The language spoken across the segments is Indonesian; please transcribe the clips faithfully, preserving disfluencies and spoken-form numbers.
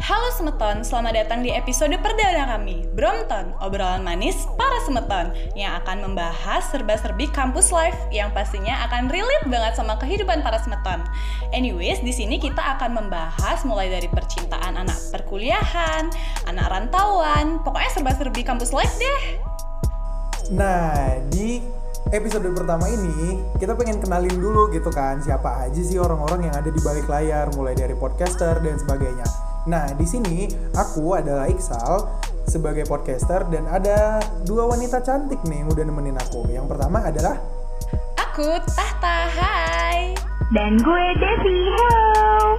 Halo Semeton, selamat datang di episode perdana kami, Bromton, obrolan manis para Semeton, yang akan membahas serba-serbi kampus life yang pastinya akan relate banget sama kehidupan para Semeton. Anyways, di sini kita akan membahas mulai dari percintaan anak perkuliahan, anak rantauan, pokoknya serba-serbi kampus life deh. Nah, di episode pertama ini kita pengen kenalin dulu gitu kan, siapa aja sih orang-orang yang ada di balik layar, mulai dari podcaster dan sebagainya. Nah, di sini aku adalah Iksal sebagai podcaster dan ada dua wanita cantik nih yang udah nemenin aku. Yang pertama adalah aku Tahta, hai. Dan gue Devi, hello.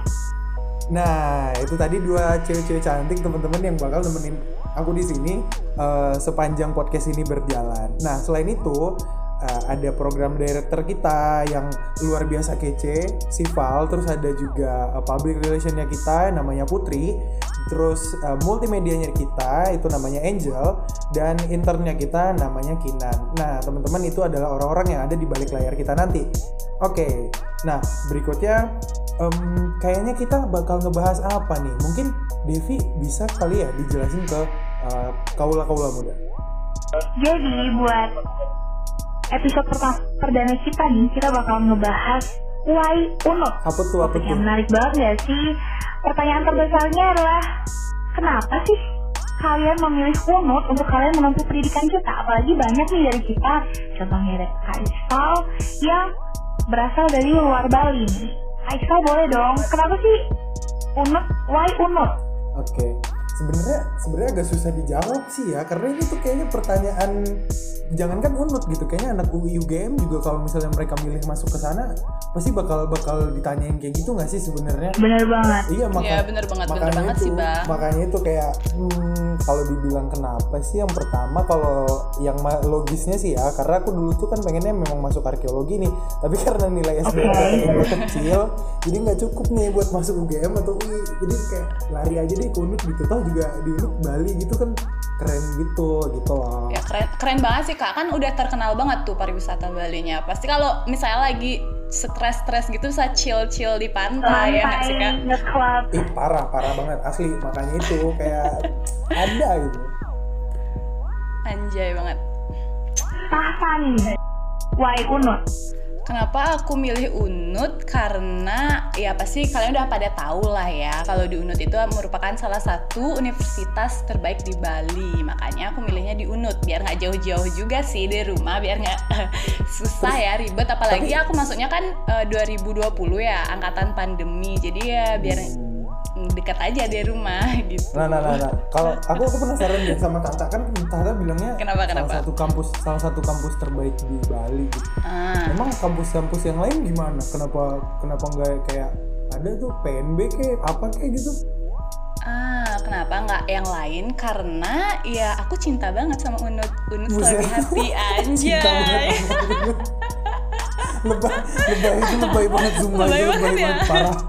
Nah, itu tadi dua cewek-cewek cantik teman-teman yang bakal nemenin aku di sini uh, sepanjang podcast ini berjalan. Nah, selain itu Uh, ada program director kita yang luar biasa kece, si Val. Terus ada juga uh, public relationnya kita namanya Putri. Terus uh, multimedianya kita itu namanya Angel. Dan internnya kita namanya Kinan. Nah, teman-teman, itu adalah orang-orang yang ada di balik layar kita nanti. Oke, okay. Nah berikutnya um, kayaknya kita bakal ngebahas apa nih? Mungkin Devi bisa kali ya dijelasin ke uh, kaula-kaula muda. Jadi buat episode pertama perdana kita nih, kita bakal ngebahas why Unut. Apa tuh, apa tuh? Yang menarik banget gak sih? Pertanyaan terbesarnya adalah, kenapa sih kalian memilih Unut untuk kalian menempuh pendidikan kita? Apalagi banyak nih dari kita, contohnya ada Kak Iksal yang berasal dari luar Bali nih. Kak Iksal boleh dong, kenapa sih Unut? Why Unut? Oke, okay. sebenarnya sebenarnya agak susah dijawab sih ya, karena ini tuh kayaknya pertanyaan jangankan Unut gitu, kayaknya anak U I U G M juga kalau misalnya mereka milih masuk ke sana pasti bakal bakal ditanyain kayak gitu nggak sih sebenarnya? Bener banget. Iya, maka, ya, bener banget, makanya bener banget itu, sih, Bang. Makanya itu kayak hmm, kalau dibilang kenapa sih, yang pertama kalau yang logisnya sih ya, karena aku dulu tuh kan pengennya memang masuk arkeologi nih, tapi karena nilai S B M okay. kecil, jadi nggak cukup nih buat masuk U G M atau U I, jadi kayak lari aja deh ke Unut gitu. Toh juga di Unut Bali gitu kan keren gitu gitu loh. Ya keren, keren banget sih Kak, kan udah terkenal banget tuh pariwisata Balinya. Pasti kalau misalnya lagi stres-stres gitu bisa chill-chill di pantai, ya nggak sih Kak? Nge-club. Ih parah, parah banget asli, makanya itu kayak ada gitu. Anjay banget. Tahta nih, why Unut? Kenapa aku milih Unut? Karena ya pasti kalian udah pada tahu lah ya, kalau di Unut itu merupakan salah satu universitas terbaik di Bali. Makanya aku milihnya di Unut, biar nggak jauh-jauh juga sih dari rumah, biar nggak susah ya, ribet. Apalagi aku masuknya kan uh, dua ribu dua puluh ya, angkatan pandemi. Jadi ya biar dekat aja dari rumah gitu. Nah, nah, nah, nah. Kalau aku aku penasaran deh sama Tata, kan Tata bilangnya kenapa, kenapa? salah satu kampus salah satu kampus terbaik di Bali gitu. Ah. Emang kampus-kampus yang lain gimana? Kenapa kenapa nggak kayak ada tuh P N B kayak apa kayak gitu? Ah, kenapa nggak yang lain? Karena ya aku cinta banget sama Unut. Unut selalu di hati, anjay. lebay, lebay itu lebay banget, Zuma lebay itu lebay ya? banget, parah.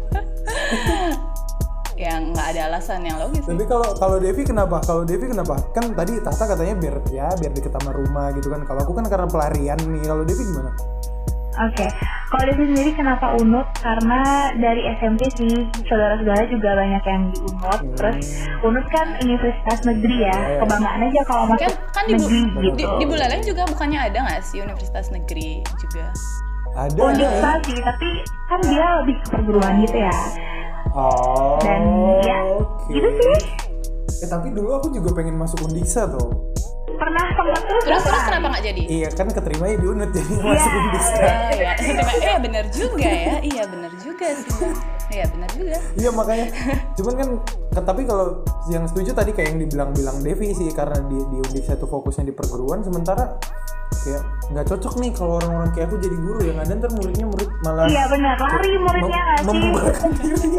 Yang nggak ada alasan yang logis. Tapi kalau kalau Devi kenapa? Kalau Devi kenapa? Kan tadi Tata katanya biar ya biar deket sama rumah gitu kan. Kalau aku kan karena pelarian nih. Kalau Devi gimana? Oke, okay. Kalau Devi sendiri kenapa Unut? Karena dari S M P sih saudara-saudara juga banyak yang di Unut. Hmm. Terus Unut kan universitas negeri ya, yeah. Kebanggaan aja kalau masuk kan, kan di, negeri bu, gitu. Di, di Buleleng juga bukannya ada nggak sih universitas negeri juga? Ada. Universitas sih, tapi kan dia lebih ke perguruan gitu ya. Oh. Dan ya, okay. gitu sih. Eh tapi dulu aku juga pengen masuk Undiksa tuh. Pernah sempat terus. Terus terus kenapa nggak jadi? Iya kan keterimanya di Unut jadi yeah. masuk Undiksa. Oh, iya, iya benar juga ya, iya benar juga sih. Iya benar juga. Iya makanya. Cuman kan, tapi kalau yang setuju tadi kayak yang dibilang-bilang Devi sih, karena di di Undiksa tuh fokusnya di perguruan, sementara kayak nggak cocok nih kalau orang-orang kayak aku jadi guru, yang ada ntar muridnya murid malah iya benar, lari muridnya nggak mem- sih membubarkan diri.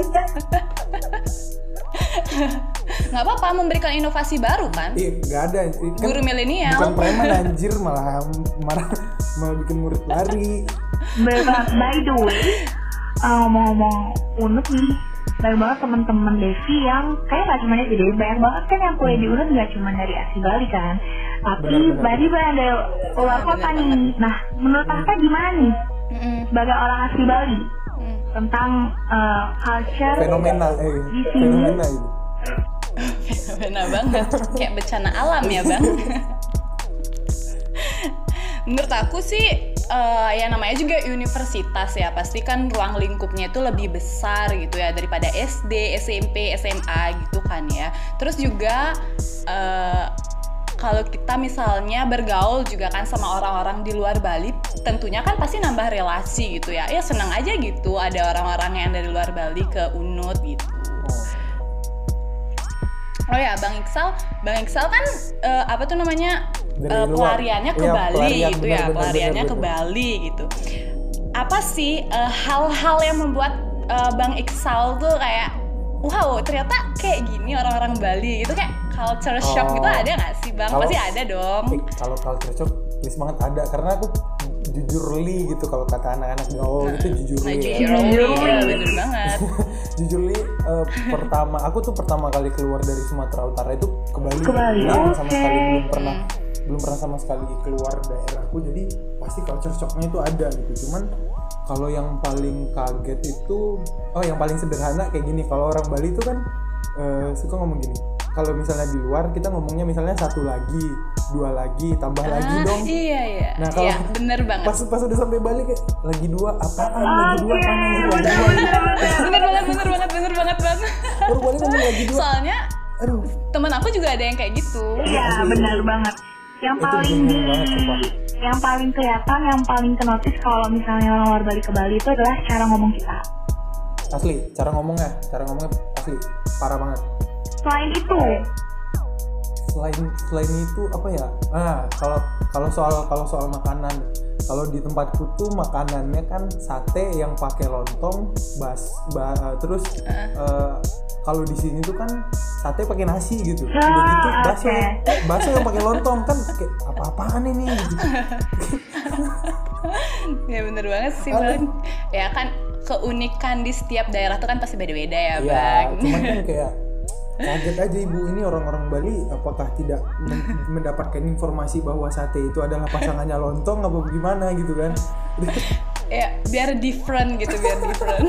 Nggak apa-apa, memberikan inovasi baru kan. Iya nggak ada kan, guru milenial bukan preman anjir, malah malah malah bikin murid lari. By the way, uh, ngomong-ngomong Unut nih, banyak banget teman-teman Devi yang kayak nggak cuma di Devi, banyak banget kan yang kuliah di Unut nggak cuma dari asli Bali kan, tapi Bali banyak dari luar kota nih. Nah, menurut Kakak gimana nih Mm-mm. sebagai orang asli Bali? Mm. tentang uh, culture fenomena eh di sini. fenomena ini. Fenomena banget, kayak bencana alam ya bang. Menurut aku sih uh, ya namanya juga universitas ya, pasti kan ruang lingkupnya itu lebih besar gitu ya daripada S D, S M P, S M A gitu kan ya. Terus juga uh, kalau kita misalnya bergaul juga kan sama orang-orang di luar Bali, tentunya kan pasti nambah relasi gitu ya. Ya senang aja gitu ada orang-orang yang dari luar Bali ke U N U T gitu. Oh ya, Bang Iksal, Bang Iksal kan uh, apa tuh namanya uh, pelariannya ke ya, Bali pelarian, gitu bener, ya, bener, pelariannya bener, ke bener. Bali gitu. Apa sih uh, hal-hal yang membuat uh, Bang Iksal tuh kayak wow ternyata kayak gini orang-orang Bali gitu, kayak culture shock Oh. gitu ada nggak sih Bang? Kalau- Pasti ada dong. Eh, kalau culture shock please banget ada, karena aku jujurly gitu kalau kata anak-anak gaul gitu jujurly Nah, ya. jujur, ya, bener banget. Jujurly eh, pertama aku tuh pertama kali keluar dari Sumatera Utara itu ke Bali. Ke Bali, Jadi sama oke. sekali belum pernah belum pernah sama sekali keluar daerahku, jadi pasti culture shocknya itu ada gitu. Cuman kalau yang paling kaget itu oh yang paling sederhana kayak gini, kalau orang Bali itu kan eh, suka ngomong gini, kalau misalnya di luar kita ngomongnya misalnya satu lagi, dua lagi, tambah lagi Ah, dong. iya iya. Nah, kalau Iya, bener banget. Pas pas udah sampai Bali kayak lagi dua apaan, lagi dua apaan, anjir, lagi dua. bener banget, bener banget, bener banget Bang. Baru Bali ngomong lagi dua. Soalnya Aduh, temen aku juga ada yang kayak gitu. Iya, benar banget. Yang Itu paling bingung di, banget, sumpah. yang paling kelihatan, yang paling kenotis kalau misalnya orang luar Bali ke Bali itu adalah cara ngomong kita. asli cara ngomongnya, cara ngomongnya asli parah banget. Selain itu, Selain selain itu apa ya? Ah, kalau kalau soal kalau soal makanan, kalau di tempatku tuh makanannya kan sate yang pakai lontong, bas, ba, eh, terus eh, kalau di sini tuh kan sate pakai nasi gitu. Udah gitu Ah, bakso, oke. bakso yang pakai lontong kan kayak apa-apaan ini gitu. Ya bener banget sih Aneh. Bang. Ya kan keunikan di setiap daerah tuh kan pasti beda-beda ya Iya, Bang. cuman kan kayak kaget aja ibu ini orang-orang Bali apakah tidak men- mendapatkan informasi bahwa sate itu adalah pasangannya lontong apa gimana gitu kan. Ya biar different gitu, biar different.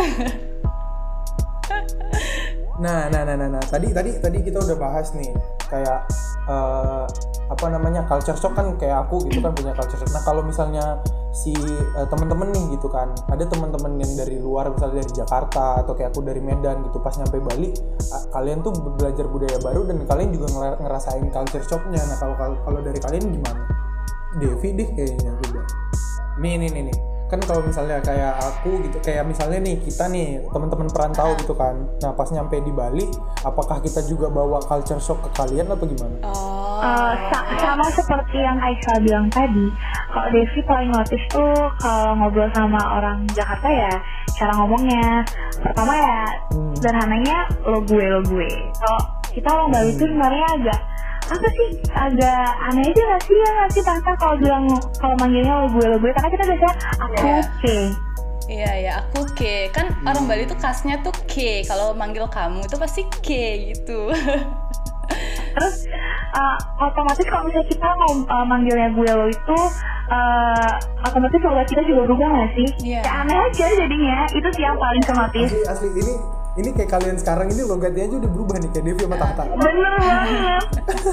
Nah, nah, nah, nah, nah. Tadi, tadi, tadi kita udah bahas nih, kayak eh, apa namanya culture shock kan, kayak aku gitu kan punya culture shock. Nah, kalau misalnya si eh, teman-teman nih gitu kan, ada teman-teman yang dari luar, misalnya dari Jakarta atau kayak aku dari Medan gitu, pas nyampe Bali, ah, kalian tuh belajar budaya baru dan kalian juga ngera- ngerasain culture shocknya. Nah, kalau kalau kalau dari kalian gimana? Devi deh kayaknya juga. Nih, nih, nih, nih. Kan kalau misalnya kayak aku gitu, kayak misalnya nih kita nih teman-teman perantau gitu kan, nah pas nyampe di Bali apakah kita juga bawa culture shock ke kalian atau gimana? Oh. uh, sa- sama seperti yang Aisyah bilang tadi, kalau Devi paling notice tuh kalau ngobrol sama orang Jakarta ya cara ngomongnya. Pertama ya Hmm. sederhananya lo gue lo gue. Kalau kita orang Bali tuh sebenarnya agak apa sih, agak aneh aja nggak sih ya nggak sih tante kalau bilang, kalau manggilnya lo gue lo gue, karena kita biasanya aku Iya. oke. Iya ya, aku K. Kan orang Bali tuh khasnya tuh K. Kalau manggil kamu itu pasti K gitu. Terus uh, otomatis kalau misalnya kita mau uh, manggilnya gue lo itu uh, otomatis logat kita juga berubah nggak sih? Iya. Ya aneh aja jadinya. Itu sih yang paling otomatis. Asli, asli ini ini kayak kalian sekarang ini logatnya aja udah berubah nih kayak Devi sama Tahta. Bener banget.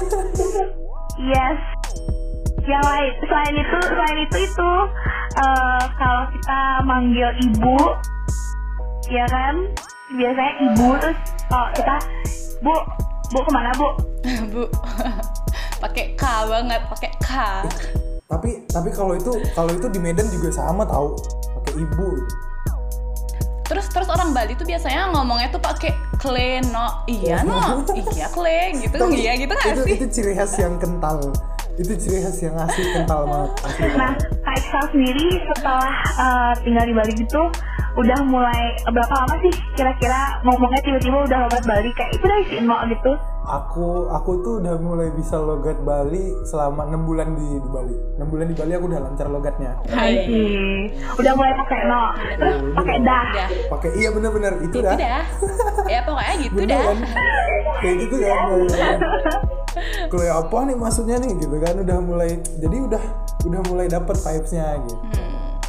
Yes. Yang lain selain itu selain itu itu uh, kalau kita manggil ibu, ya kan biasanya ibu, terus oh kita bu bu kemana bu? Bu. Pakai K banget, pakai K. Tapi tapi kalau itu kalau itu di Medan juga sama tahu, pakai ibu. Terus terus orang Bali tuh biasanya ngomongnya tuh pakai kle no. Iya no. Iya kle gitu. Tapi Iya gitu nggak itu, sih? itu ciri khas yang kental. Itu ciri khas yang asli kental banget. Asli Nah, banget. Kak Iksal sendiri setelah uh, tinggal di Bali gitu, udah mulai berapa lama sih kira-kira ngomongnya tiba-tiba udah logat Bali kayak itu dari si Eno gitu? Aku aku tuh udah mulai bisa logat Bali selama enam bulan di, di Bali. enam bulan di Bali aku udah lancar logatnya. Hai. Hai. Udah mulai pakai no, terus pakai dah. Udah. Pakai iya bener-bener itu Itu dah. dah. Ya pokoknya gitu Bener dah. kan? Kayak gitu kan. Kayak apa nih maksudnya nih gitu kan, udah mulai jadi udah udah mulai dapet vibes-nya gitu. Hmm.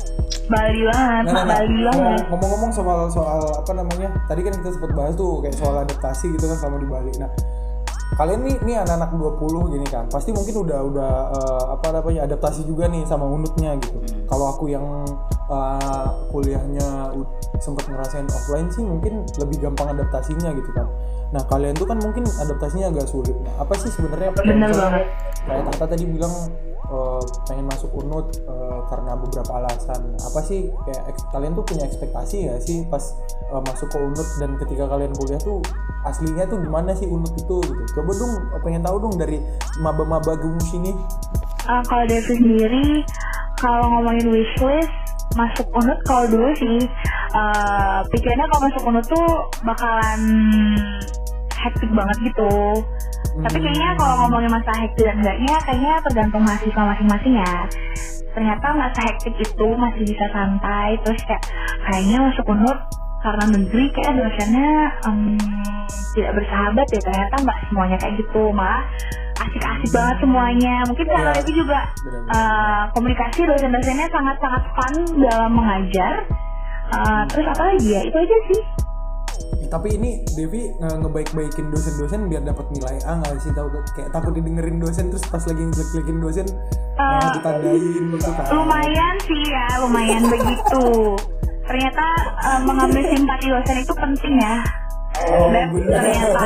Bali banget, Nah, nah, nah. Bali Ngomong- banget. Ngomong-ngomong soal soal apa namanya? Tadi kan kita sempat bahas tuh kayak soal adaptasi gitu kan selama di Bali. Nah, kalian nih nih anak-anak dua puluh gini kan. Pasti mungkin udah udah uh, apa namanya? Adaptasi juga nih sama unutnya gitu. Kalau aku yang uh, kuliahnya u- sempat ngerasain offline sih mungkin lebih gampang adaptasinya gitu kan. Nah, kalian tuh kan mungkin adaptasinya agak sulit. Nah, apa sih sebenarnya Bener misalnya banget. kayak Tata tadi bilang uh, pengen masuk unut uh, karena beberapa alasan. Apa sih kayak eks- kalian tuh punya ekspektasi nggak sih pas uh, masuk ke unut dan ketika kalian kuliah tuh aslinya tuh gimana sih unut itu gitu. Coba dong pengen tahu dong dari maba-maba gemus ini. Uh, kalau Devi sendiri, kalau ngomongin wishlist masuk unut, kalau dulu sih uh, pikirnya kalau masuk unut tuh bakalan hektik banget gitu. Hmm. Tapi kayaknya kalau ngomongin masalah hektik dan enggaknya, kayaknya tergantung mahasiswa masing-masing ya. Ternyata nggak sehektik itu, masih bisa santai. Terus kayak kayaknya masuk unut karena negeri kayak dosennya um, tidak bersahabat ya. Ternyata nggak semuanya kayak gitu, malah asik-asik banget semuanya. Mungkin karena Iya. itu juga Benar-benar. uh, komunikasi dosen-dosennya sangat-sangat fun dalam mengajar. Uh, terus apa lagi ya? Itu aja sih. Tapi ini Devi nge- ngebaik-baikin dosen-dosen biar dapat nilai A nggak sih? Tahu kayak takut didengerin dosen terus pas lagi ngejelek-jelekin dosen malah Uh, ditandain gitu kan. Lumayan sih ya, lumayan begitu. Ternyata uh, mengambil simpati dosen itu penting ya. Oh, Dan benar. ternyata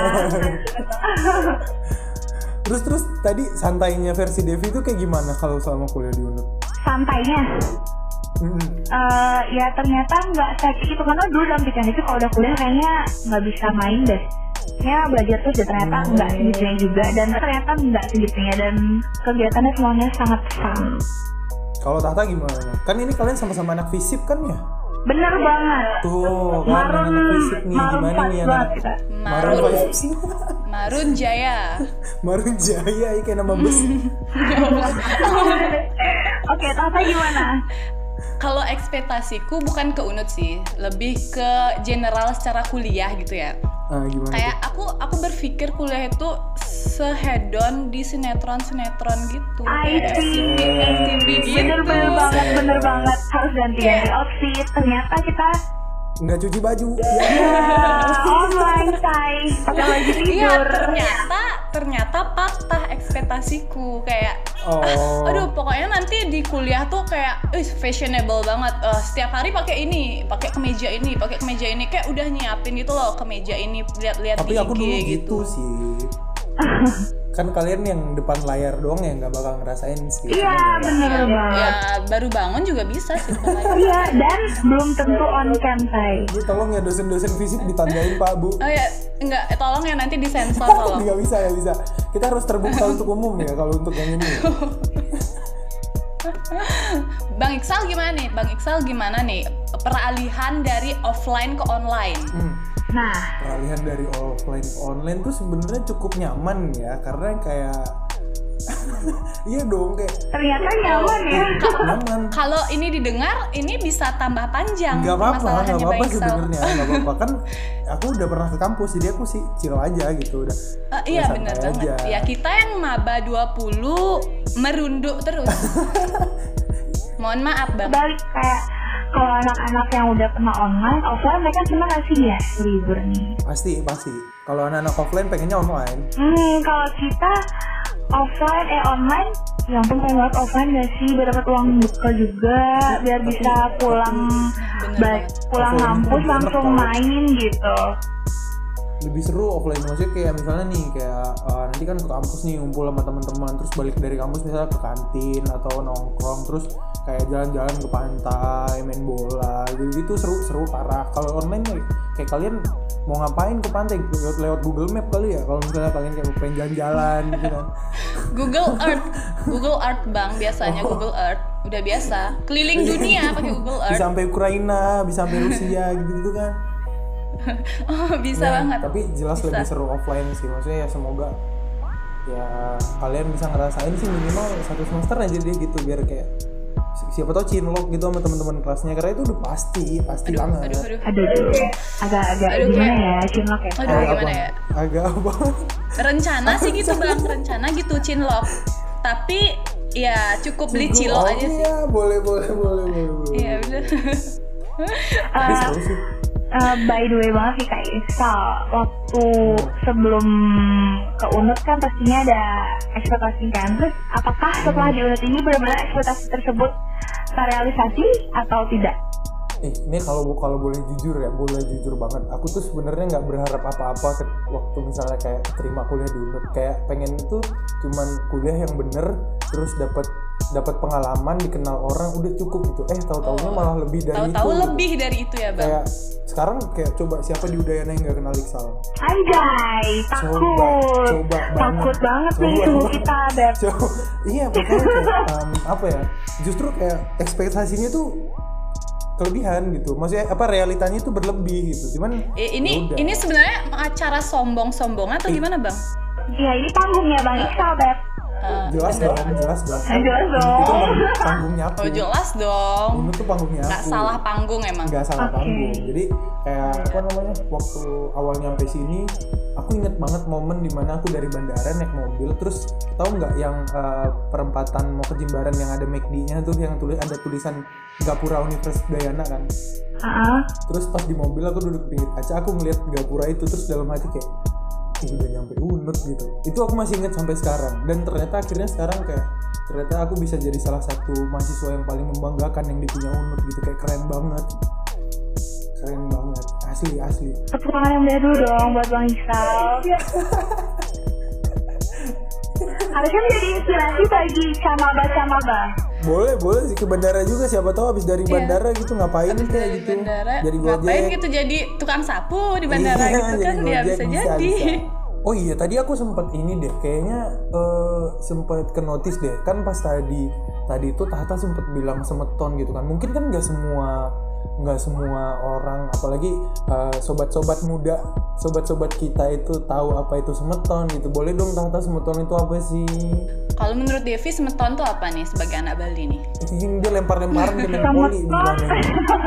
Terus terus tadi santainya versi Devi itu kayak gimana kalau selama kuliah di Unut? santainya, Mm-mm. uh, ya ternyata nggak sakit itu karena dulu dalam pikiran itu kalau udah kuliah kayaknya nggak bisa main deh. Ya belajar terus ya ternyata Hmm. nggak segitunya juga dan ternyata nggak segitunya dan kegiatannya semuanya sangat fun. Kalau Tata gimana? Kan ini kalian sama-sama anak fisip kan ya? Bener banget. Tuh kan Marun, anak fisip nih marun gimana pas nih banget anak kita. Marun Marun. Vibes. Marun Jaya. Marun Jaya ya kayak nama bus. Oke, Tata gimana? Kalau ekspektasiku bukan ke Unut sih, lebih ke general secara kuliah gitu ya. Ah, gimana? Kayak tuh? aku aku berpikir kuliah itu sehedon di sinetron-sinetron gitu. I Kayak see. M T V gitu. Bener-bener banget, bener banget. Harus ganti-ganti Kayak- outfit. Ternyata kita Nggak cuci baju. Ya. ya online say, pakai baju Iya, tidur. ternyata ternyata patah ekspektasiku kayak Oh. aduh pokoknya nanti di kuliah tuh kayak ih fashionable banget. Eh, setiap hari pakai ini, pakai kemeja ini, pakai kemeja ini kayak udah nyiapin gitu loh kemeja ini lihat-lihat Tapi di aku I G dulu gitu. gitu sih. Kan kalian yang depan layar doang ya nggak bakal ngerasain sih. Iya, Cuman ya- bener Ya, banget. baru bangun juga bisa sih sebenarnya. Iya, dan belum tentu on cam say. Ini tolong ya dosen-dosen fisik ditandain Pak Bu. Oh ya, enggak, eh, tolong ya nanti disensor tolong. Nggak bisa ya bisa. Kita harus terbuka untuk umum ya kalau untuk yang ini. Bang Iksal gimana nih? Bang Iksal gimana nih peralihan dari offline ke online? Hmm. Nah, Peralihan dari offline ke online tuh sebenarnya cukup nyaman ya karena kayak iya dong kayak ternyata nyaman ya. nyaman. Kalau ini didengar, ini bisa tambah panjang Nggak apa-apa, nggak permasalahannya apa-apa Bang Iksal. sebenarnya, nggak apa-apa kan. Aku udah pernah ke kampus jadi aku sih chill aja gitu udah. Eh, iya Udah benar santai banget. aja. Ya kita yang maba dua puluh merunduk terus. Mohon maaf Bang. Balik kayak kalau anak-anak yang udah pernah online, offline mereka senang gak sih ya libur nih? Pasti pasti. Kalau anak-anak offline pengennya online. Hmm, kalau kita offline eh online, ya ampun pengen banget offline gak sih biar dapat uang buka juga, biar bisa pulang Bener ba- banget. pulang Offline kampus itu langsung enak, main gitu. Lebih seru offline, maksudnya kayak misalnya nih kayak uh, nanti kan ke kampus nih ngumpul sama teman-teman terus balik dari kampus misalnya ke kantin atau nongkrong terus kayak jalan-jalan ke pantai main bola gitu gitu seru-seru parah. Kalau online nih kayak kalian mau ngapain ke pantai lewat, lewat Google Map kali ya kalau misalnya kalian kayak mau pengen jalan-jalan gitu kan. Google Earth, Google Earth Bang biasanya Oh. Google Earth udah biasa keliling dunia pakai Google Earth. Bisa sampai Ukraina, bisa sampai Rusia gitu-gitu kan. Oh, bisa Ya, banget. Tapi jelas Bisa. lebih seru offline sih. Maksudnya ya semoga ya kalian bisa ngerasain sih minimal satu semester aja deh gitu biar kayak si- siapa tau cinlok gitu sama teman-teman kelasnya karena itu udah pasti pasti Aduh, banget. aduh, aduh. Aduh, agak-agak Aduh, gimana kayak- ya, cinlok ya? Aduh, Agak gimana apa? ya? Agak apa? Rencana sih gitu Bang, rencana gitu cinlok. Tapi Iya, cukup beli Cukup. cilok Oh, aja sih. Iya, boleh boleh boleh boleh. boleh. Iya udah. Tapi Uh, seru sih. uh, by the way banget sih Kak Irsal, waktu sebelum ke Unut kan pastinya ada ekspektasi kan. Terus apakah setelah di Unut ini benar-benar ekspektasi tersebut terrealisasi atau tidak? Eh, ini kalau kalau boleh jujur ya, boleh jujur banget. Aku tuh sebenarnya nggak berharap apa-apa ke, waktu misalnya kayak terima kuliah di Unut. Kayak pengen itu cuman kuliah yang bener, terus dapat dapat pengalaman, dikenal orang, udah cukup gitu. Eh, tahu-taunya Oh, malah lebih dari itu. Tahu-tahu gitu. lebih dari itu ya, Bang. Kayak sekarang kayak coba siapa di Udayana yang nggak kenal Iksal? Anjay, takut. Coba, coba takut banget nih Coba. suhu kita, Beb. Coba, iya makanya kayak um, apa ya? Justru kayak ekspektasinya tuh kelebihan gitu. Maksudnya apa realitanya itu berlebih gitu. Cuman Eh, ini yaudah. ini sebenarnya acara sombong-sombongan atau Eh. gimana, Bang? Iya, ini panggungnya Bang Iksal, Beb. Eh, jelas dong, jelas dong. Jelas dong. Itu pang- panggungnya aku. Oh, jelas dong. Ini tuh panggungnya aku. Nggak salah panggung emang. Nggak salah Oke. panggung. Jadi kayak apa namanya? Waktu awal nyampe sini, aku inget banget momen dimana aku dari bandara naik mobil, terus tahu nggak yang uh, perempatan mau ke Jimbaran yang ada McD-nya tuh yang tulis ada tulisan Gapura Universitas Udayana kan. Heeh. Terus pas di mobil aku duduk pinggir kaca, aku ngeliat Gapura itu, terus dalam hati kayak ih, udah nyampe Unut gitu. Itu aku masih inget sampai sekarang. Dan ternyata akhirnya sekarang kayak ternyata aku bisa jadi salah satu mahasiswa yang paling membanggakan yang dipunya Unut gitu. Kayak keren banget. Keren banget. Asli asli. Tepuk tangan yang bener dulu dong buat Bang Iksal. Harusnya menjadi inspirasi bagi camaba-camaba. Boleh boleh sih ke bandara juga, siapa tahu habis dari Iya. bandara gitu ngapain Habis kayak dari gitu. bandara, Jadi ngapain Gojek. gitu jadi tukang sapu di bandara Iya, gitu kan jadi ya Gojek, bisa jadi. Oh iya, tadi aku sempat ini deh, kayaknya eh, sempat ke notice deh, kan pas tadi tadi itu Tahta sempat bilang semeton gitu kan. Mungkin kan nggak semua nggak semua orang, apalagi eh, sobat-sobat muda, sobat-sobat kita itu tahu apa itu semeton gitu. Boleh dong Tahta, semeton itu apa sih? Kalau menurut Devi semeton tuh apa nih sebagai anak Bali nih? Ini dia lempar-lemparan ke main poli gimana nih?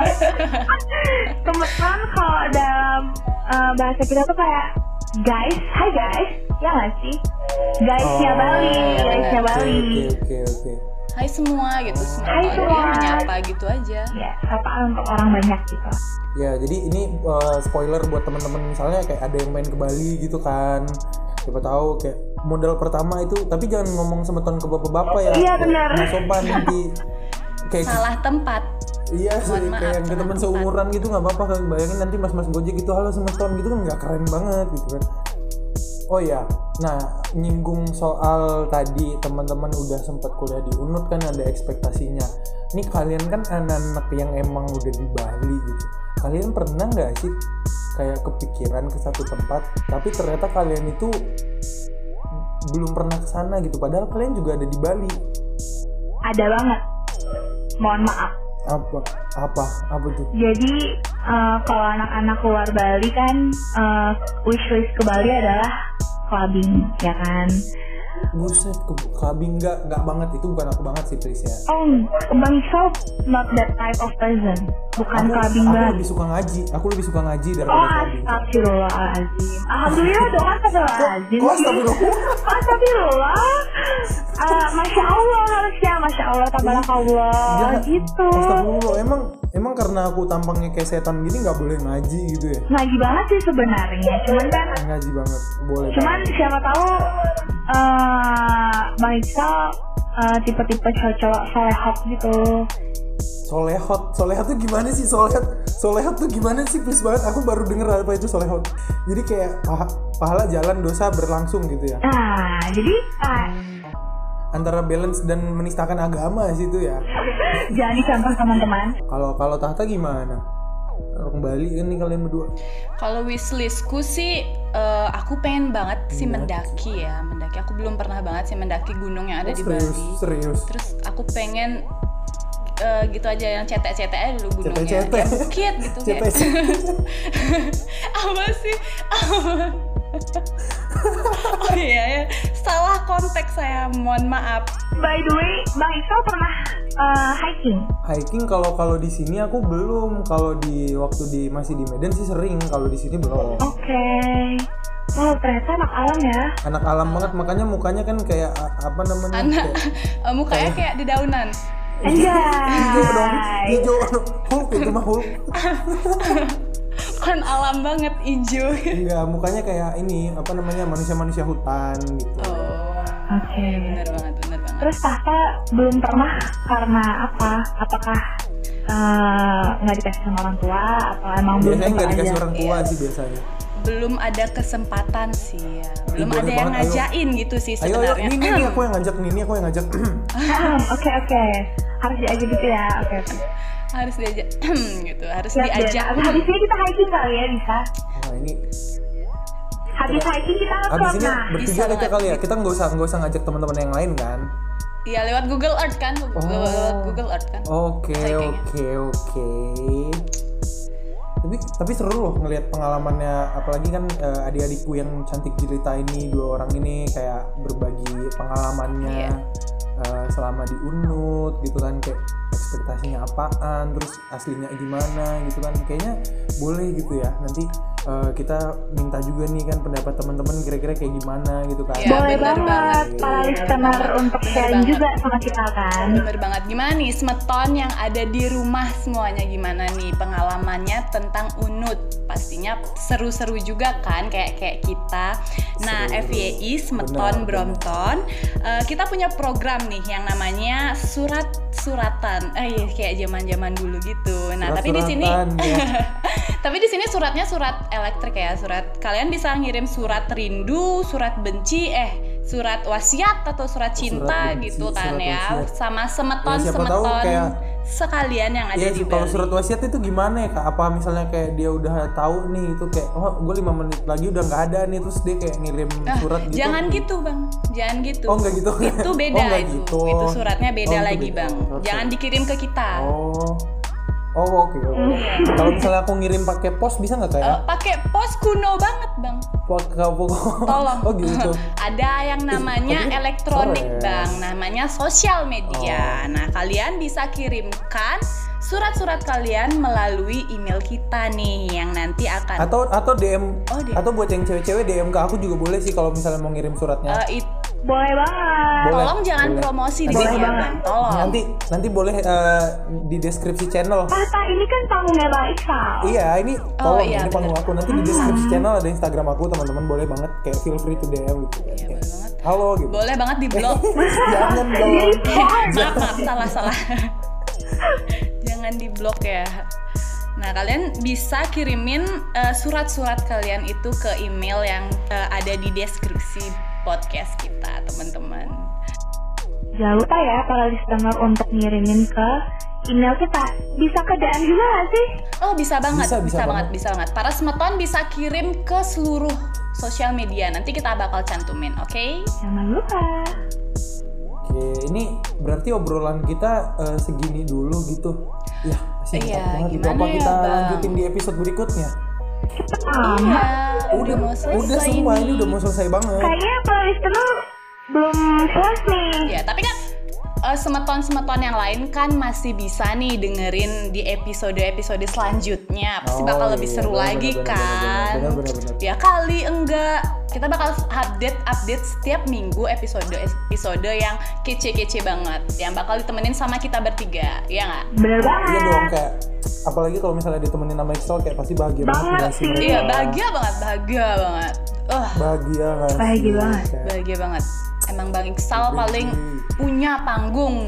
Kebetulan kalau dalam uh, bahasa kita tuh kayak guys, hi guys, ya nggak sih? Guysnya Oh, Bali, guysnya Oke Bali. oke oke oke. Hai semua gitu, semua Hai dia semua. menyapa gitu aja. Ya, sapaan untuk orang banyak gitu. Ya, jadi ini uh, spoiler buat teman-teman misalnya kayak ada yang main ke Bali gitu kan. Siapa tahu kayak modal pertama itu, tapi jangan ngomong semeton ke bapak-bapak ya. Iya, Kayak benar. nggak sopan nanti. Kayak Salah tempat. iya sih, Mohon maaf, kayak yang ke salah teman tempat. seumuran gitu nggak apa-apa kan. Bayangin nanti mas-mas Gojek gitu halo semeton gitu kan nggak keren banget gitu kan. Oh ya, nah nyinggung soal tadi teman-teman udah sempat kuliah di Unut kan ada ekspektasinya. Ini kalian kan anak-anak yang emang udah di Bali gitu. Kalian pernah nggak sih kayak kepikiran ke satu tempat, tapi ternyata kalian itu belum pernah ke sana gitu. Padahal kalian juga ada di Bali. Ada banget. Mohon maaf. Apa? Apa? Apa tuh? Jadi uh, kalau anak-anak luar Bali kan uh, wishlist ke Bali adalah clubbing, ya kan? Buset, ke clubbing nggak nggak banget, itu bukan aku banget sih please ya. Oh, Bang Iksal not that type of person. Bukan Aku, clubbing aku banget. lebih suka ngaji. Aku lebih suka ngaji Oh, daripada clubbing. astagfirullahaladzim. Alhamdulillah dong, astagfirullahaladzim. Kok astagfirullah? Astagfirullah. Uh, Masya Allah harusnya, Masya Allah, tabarakallah. Ya, Gitu. Astagfirullah, emang emang karena aku tampangnya kayak setan gini nggak boleh ngaji gitu ya? Ngaji banget sih sebenarnya. Cuman kan, Ngaji banget, boleh. cuman banget. siapa tahu uh, Bang Iksal uh, tipe-tipe cowok solehot gitu. Solehot, solehot tuh gimana sih solehot? Solehot tuh gimana sih please banget? Aku baru denger apa itu solehot. Jadi kayak paha, pahala jalan dosa berlangsung gitu ya? Nah, jadi uh, Antara balance dan menistakan agama sih itu ya. jangan dicontoh teman-teman. Kalau kalau Tahta gimana? Orang Bali kan nih kalian berdua. Kalau wishlistku sih, eh, aku pengen banget sih mendaki ya, mendaki. Aku belum pernah banget sih mendaki gunung yang ada Oh, di serius, Bali. serius. Terus aku pengen eh, gitu aja yang cetek-cetek aja dulu gunungnya, Cetek-cetek. kayak bukit gitu kayak. Cetek-cetek. Apa sih? Oh iya ya, salah konteks saya, mohon maaf. By the way, Bang Iksal pernah uh, hiking? Hiking kalau kalau di sini aku belum. Kalau di waktu di masih di Medan sih sering. Kalau di sini belum. Oke. Oh, ternyata anak alam ya. Anak alam banget, makanya mukanya kan kayak a- apa namanya? Anak Kayak, mukanya kayak dedaunan. hijau dong, Anjay. hijau. Hulk itu mah Hulk. Kan alam banget hijau. Enggak, mukanya kayak ini apa namanya manusia-manusia hutan gitu. Oh. Oke. Bener banget, bener banget. Terus Tahta belum pernah karena apa? Apakah eh, nggak dikasih sama orang tua atau emang belum Biasanya nggak sempat dikasih aja? orang tua Iya. sih biasanya. Belum ada kesempatan sih ya. Belum Ih, ada boleh yang banget, ayo. ngajain gitu sih Ayo, ayo, sebenarnya. ini, ini, ini aku yang ngajak, nih, ini aku yang ngajak. Ah, Oke oke. Harus diajak gitu ya. Oke oke. Harus diajak gitu, harus Siap deh. diajak. Habis habis ini kita hiking kali ya bisa. Nah ini, Habis hiking kita abis upload ini nah. bertiga bisa aja banget. kali ya. Kita nggak usah nggak usah ngajak teman-teman yang lain kan. Iya, lewat Google Earth kan? Oh. Lewat Google Earth kan? Oke, Hikingnya. oke, oke. Tapi tapi seru loh ngelihat pengalamannya, apalagi kan eh, adik-adikku yang cantik jelita ini, dua orang ini kayak berbagi pengalamannya Iya. eh, selama di Unut gitu kan, kayak ekspektasinya apaan, terus aslinya gimana gitu kan. Kayaknya boleh gitu ya. Nanti eh, kita minta juga nih kan pendapat teman-teman kira-kira kayak gimana gitu kan. Iya, Boleh bener banget banget. para listener untuk Bener sharing banget. juga sama kita kan. Bener banget. Gimana nih Smeton yang ada di rumah semuanya, gimana nih pengalamannya tentang Unut? Pastinya seru-seru juga kan kayak kayak kita. Nah, Seru. F Y I Smeton Benar, Brompton, eh, kita punya program nih yang namanya surat suratan. Eh iya, kayak zaman-zaman dulu gitu. Nah, tapi di sini Surat-suratan, ya. tapi di sini suratnya surat elektrik ya, surat kalian bisa ngirim surat rindu, surat benci, eh surat wasiat atau surat cinta benci, gitu kan surat ya, wasiat. sama Ya, semeton siapa semeton tahu kayak- sekalian yang ada Iya di sih, kalau Bali. surat wasiat itu gimana ya kak? Apa misalnya kayak dia udah tahu nih itu kayak oh gue lima menit lagi udah nggak ada nih, terus dia kayak ngirim Ah, surat gitu. jangan gitu bang, jangan gitu. Oh, nggak gitu? Itu beda Oh, nggak itu, gitu. itu suratnya beda Oh, itu lagi beda. bang. Oke. Jangan dikirim ke kita. Oh, oh oke oke. Kalau misalnya aku ngirim pakai pos bisa nggak Eh, kayak? pakai pos kuno banget bang. Pos Tolong. Oh gitu. Ada yang namanya tapi elektronik keren. bang, namanya sosial media. Nah kalian bisa kirimkan surat-surat kalian melalui email kita nih yang nanti akan Atau atau D M Oh, D M. atau buat yang cewek-cewek D M ke aku juga boleh sih kalau misalnya mau ngirim suratnya. Eh, it- Boleh banget. Boleh, tolong jangan boleh. promosi di Nanti- sini ya bang, tolong. Nanti nanti boleh eh, di deskripsi channel. Tahta ini kan panggungnya Bang Iksal. Iya, ini tolong iya, ini panggung bener. aku. Nanti di deskripsi channel ada Instagram aku, teman-teman boleh banget kayak feel free to D M gitu kan. Iya, Kayak, boleh banget. halo gitu. Boleh banget di blog. Jangan dong. maaf, maaf, salah salah. Jangan di blok ya. Nah, kalian bisa kirimin eh, surat-surat kalian itu ke email yang eh, ada di deskripsi podcast kita, teman-teman. Jangan lupa ya para listener untuk ngirimin ke email kita. Bisa ke D M juga gak sih? Oh, bisa banget, Bisa, bisa, bisa banget, banget. bisa banget. Para Smeton bisa kirim ke seluruh sosial media. Nanti kita bakal cantumin, oke? Jangan lupa. Oke, ini berarti obrolan kita eh, segini dulu gitu. Ya, singkat Iya, banget. Itu gimana apa ya, kita Bang? lanjutin di episode berikutnya? Amat. Iya, udah mau selesai udah sumpah ini nih. udah mau selesai banget. Kayaknya para listener belum puas nih. Ya, tapi kan eh, semeton-semeton yang lain kan masih bisa nih dengerin di episode-episode selanjutnya. Pasti Oh, bakal iya, lebih iya, seru benar, lagi benar, kan. benar, benar, benar, benar. Ya kali enggak. Kita bakal update-update setiap minggu episode-episode yang kece-kece banget, yang bakal ditemenin sama kita bertiga, ya nggak? Bener banget. Iya dong, kayak apalagi kalau misalnya ditemenin sama Excel kayak pasti bahagia banget Banget nggak sih sih. mereka? Iya, bahagia banget, bahagia banget. Uh, Bahagia nggak sih? Bahagia banget. Kayak, bahagia banget. Emang Bang Iksal paling punya panggung.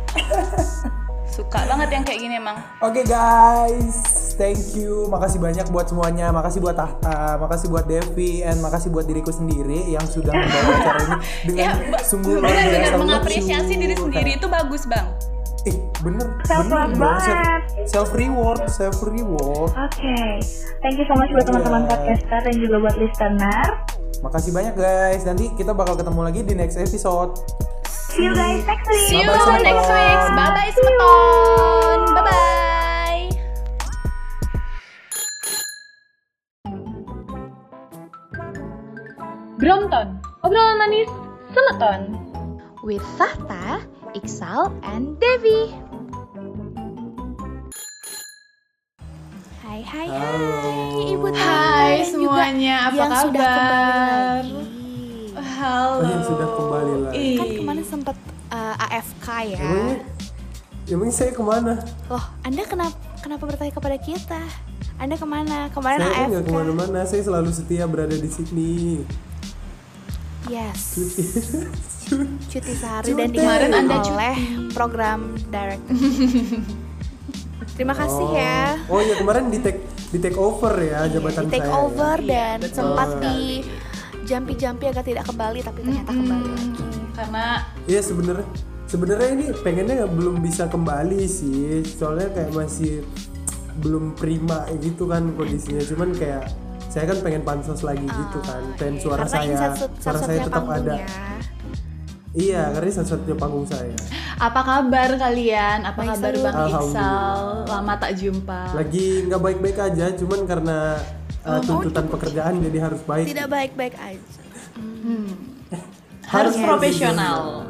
Suka banget yang kayak gini emang. Oke guys, thank you, makasih banyak buat semuanya, makasih buat Tahta, makasih buat Devi, and makasih buat diriku sendiri yang sudah membawa acara ini dengan Ya, ba- sungguh luar benar-benar biasa mengapresiasi lucu. diri sendiri itu bagus, Bang. Eh bener, Self bener love dong, banget. self reward, self reward. Oke. Thank you so much buat teman-teman Iya. podcaster dan juga buat listener. Makasih banyak guys, nanti kita bakal ketemu lagi di next episode. See you guys next week. See you Bye-bye, Smeton. next week. Bye bye Smeton. Bye bye. Brompton, obrolan manis Smeton. With Tahta, Iksal, and Devi. Hai hai Halo. hai Ibu Tami Hai dan juga semuanya, apa yang kabar? sudah kembali lagi. Halo. Oh, yang sudah kembali lagi. Kan kemarin sempat uh, A F K ya. Emangnya, emangnya saya kemana? Loh, Anda kenapa kenapa bertanya kepada kita? Anda kemana? Kemarin Saya kan A F K. nggak kemana-mana, saya selalu setia berada di sini. Yes. Cuti. Cuti sehari Cuti. dan Kemarin dimakan Anda oleh program director. Terima kasih Oh. ya. Oh ya kemarin di take di take over ya jabatan Di take saya. over Iya, dan betul sempat sekali. di jampi-jampi agar tidak kembali tapi ternyata kembali lagi. Karena Iya sebenarnya sebenarnya ini pengennya belum bisa kembali sih, soalnya kayak masih belum prima gitu kan kondisinya. Cuman kayak saya kan pengen pansos lagi gitu kan, pengen suara Karena ini saya, satu- suara saya satu-satunya tetap ada. panggung ya. Iya, karena ini satu-satunya panggung saya. apa kabar kalian? Apa Baik, kabar salut. Bang Iksal? Alhamdulillah. Lama tak jumpa. Lagi nggak baik-baik aja, cuman karena uh, tuntutan pekerjaan jadi harus baik. Tidak baik-baik aja. Harus Harus profesional.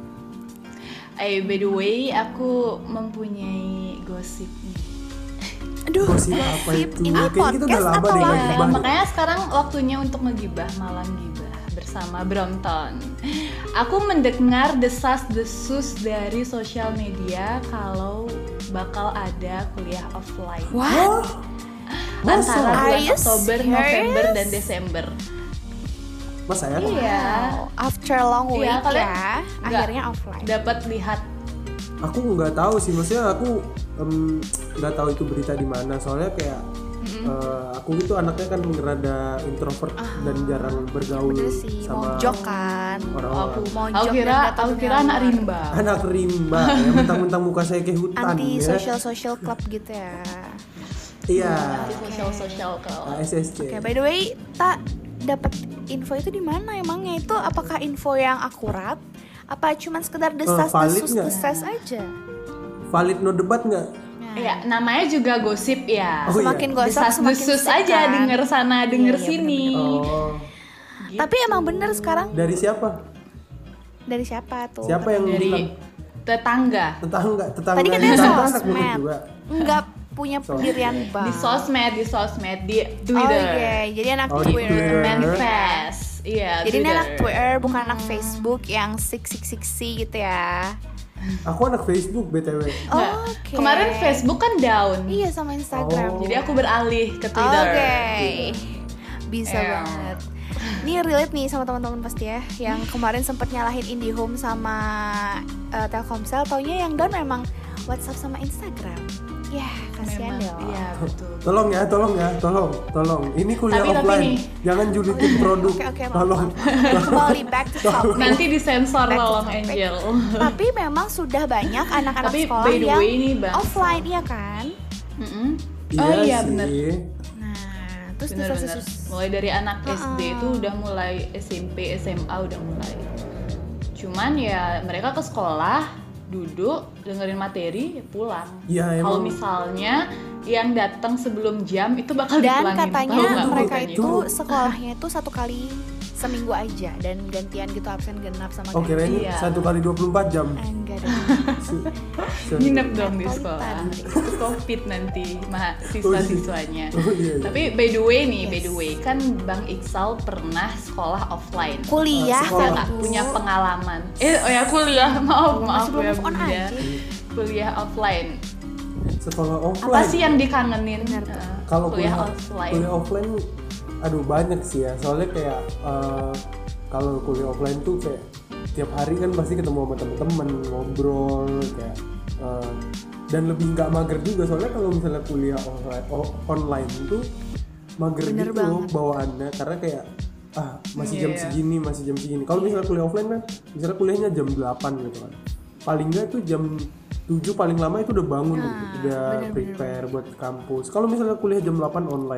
Eh, by the way, aku mempunyai gosip nih. Aduh, Gosip apa itu? Ini Kayaknya kita udah podcast lama atau deh nggak live? gibah. Makanya sekarang waktunya untuk ngegibah, malam gibah bersama Brompton. Aku mendengar desas-desus dari sosial media kalau bakal ada kuliah offline What? Masa? antara Are bulan you Oktober, serious? November, dan Desember. Mas saya Iya. Wow, after long week Iya, kalian ya, nggak akhirnya offline. dapat lihat. aku nggak tahu sih, maksudnya aku em, nggak tahu itu berita di mana, soalnya kayak eh, aku itu anaknya kan rada introvert dan jarang bergaul Bener sih, sama mojok kan. orang-orang. Aku, Mojok aku dan kira, nggak tahu aku dunia kira anak luar. rimba. Anak rimba ya, mentang-mentang muka saya kayak hutan Anti ya. social social club gitu ya. Iya, Di sosial-sosial kalau. A S S C. Oke, by the way, tak dapat info itu di mana emangnya itu? Apakah info yang akurat? Apa cuman sekedar desas valid desus nggak? deses aja? Valid no debat nggak? Iya, namanya juga gosip ya. Oh, iya. Semakin gosip semakin Desas-desus sip, aja, kan? denger sana, denger iya, sini. Oh, Tapi emang bener sekarang dari siapa? dari siapa tuh? Siapa yang Dari bilang? tetangga. Tetangga, tetangga. Tadi katanya tetangga anak murid sosmed. juga. Enggak punya pendirian bank. Di sosmed, di sosmed, di Oh Twitter. iya, jadi anak Oh, di Twitter. Twitter. Manifest. Iya, Jadi ini Twitter. anak Twitter bukan anak Facebook yang sik sik siksi gitu ya. Aku anak Facebook B T W. Oh, Nggak. Oke. Kemarin Facebook kan down. Iya sama Instagram. Oh. Jadi aku beralih ke Oke. Twitter. Bisa Iya. banget. Ini relate nih sama teman-teman pasti ya, yang kemarin sempat nyalahin IndiHome sama uh, Telkomsel, taunya yang down memang WhatsApp sama Instagram. Ya, kasihan Memang, dong. iya betul. Tolong ya, tolong ya, tolong, tolong. Ini kuliah Tapi- tapi offline. nih. Jangan julitin produk. Oke, oke, maaf, tolong. Kembali back to topic. Nanti disensor Back to tolong topic. Angel. Tapi memang sudah banyak anak-anak Tapi sekolah by the yang way nih, Bang. offline, iya kan? Mm-mm. Oh iya sih. bener. Nah, terus Bener-bener. desas-desus. Mulai dari anak S D Uh-uh. itu udah mulai, S M P, S M A udah mulai. Cuman ya mereka ke sekolah, duduk, dengerin materi, ya pulang. Iya, Kalau emang. misalnya yang datang sebelum jam itu bakal Dan dipulangin. Tahu katanya nggak mereka bukannya? itu sekolahnya itu satu kali seminggu aja dan gantian gitu absen genap sama Oh kirain Iya. satu kali dua puluh empat jam. Eh, enggak dong. Se- se- nginep dong di Metropolitan. sekolah. Itu Covid nanti mahasiswa-siswanya. Oh iya, iya. Tapi by the way nih, by Yes. the way kan Bang Iksal pernah sekolah offline. Kuliah Sekolah. Saya nggak Bu. punya pengalaman. Eh, oh ya kuliah, maaf maaf Masih belum ya move on Bunda. aja. Kuliah offline. Sekolah offline. Apa sih yang dikangenin? Benar tuh. Eh, Kalau kuliah, kuliah offline. kuliah offline, aduh banyak sih ya. Soalnya kayak eh, kalau kuliah offline tuh kayak tiap hari kan pasti ketemu sama temen-temen, ngobrol kayak eh, dan lebih nggak mager juga. Soalnya kalau misalnya kuliah offline, o- online tuh mager Bener gitu banget. bawaannya, karena kayak ah masih jam Iya. segini, masih jam segini. Kalau misalnya kuliah offline kan, misalnya kuliahnya jam delapan gitu kan. Paling nggak tuh jam tujuh paling lama itu udah bangun, Nah, udah bener-bener. prepare buat kampus. Kalau misalnya kuliah jam delapan online,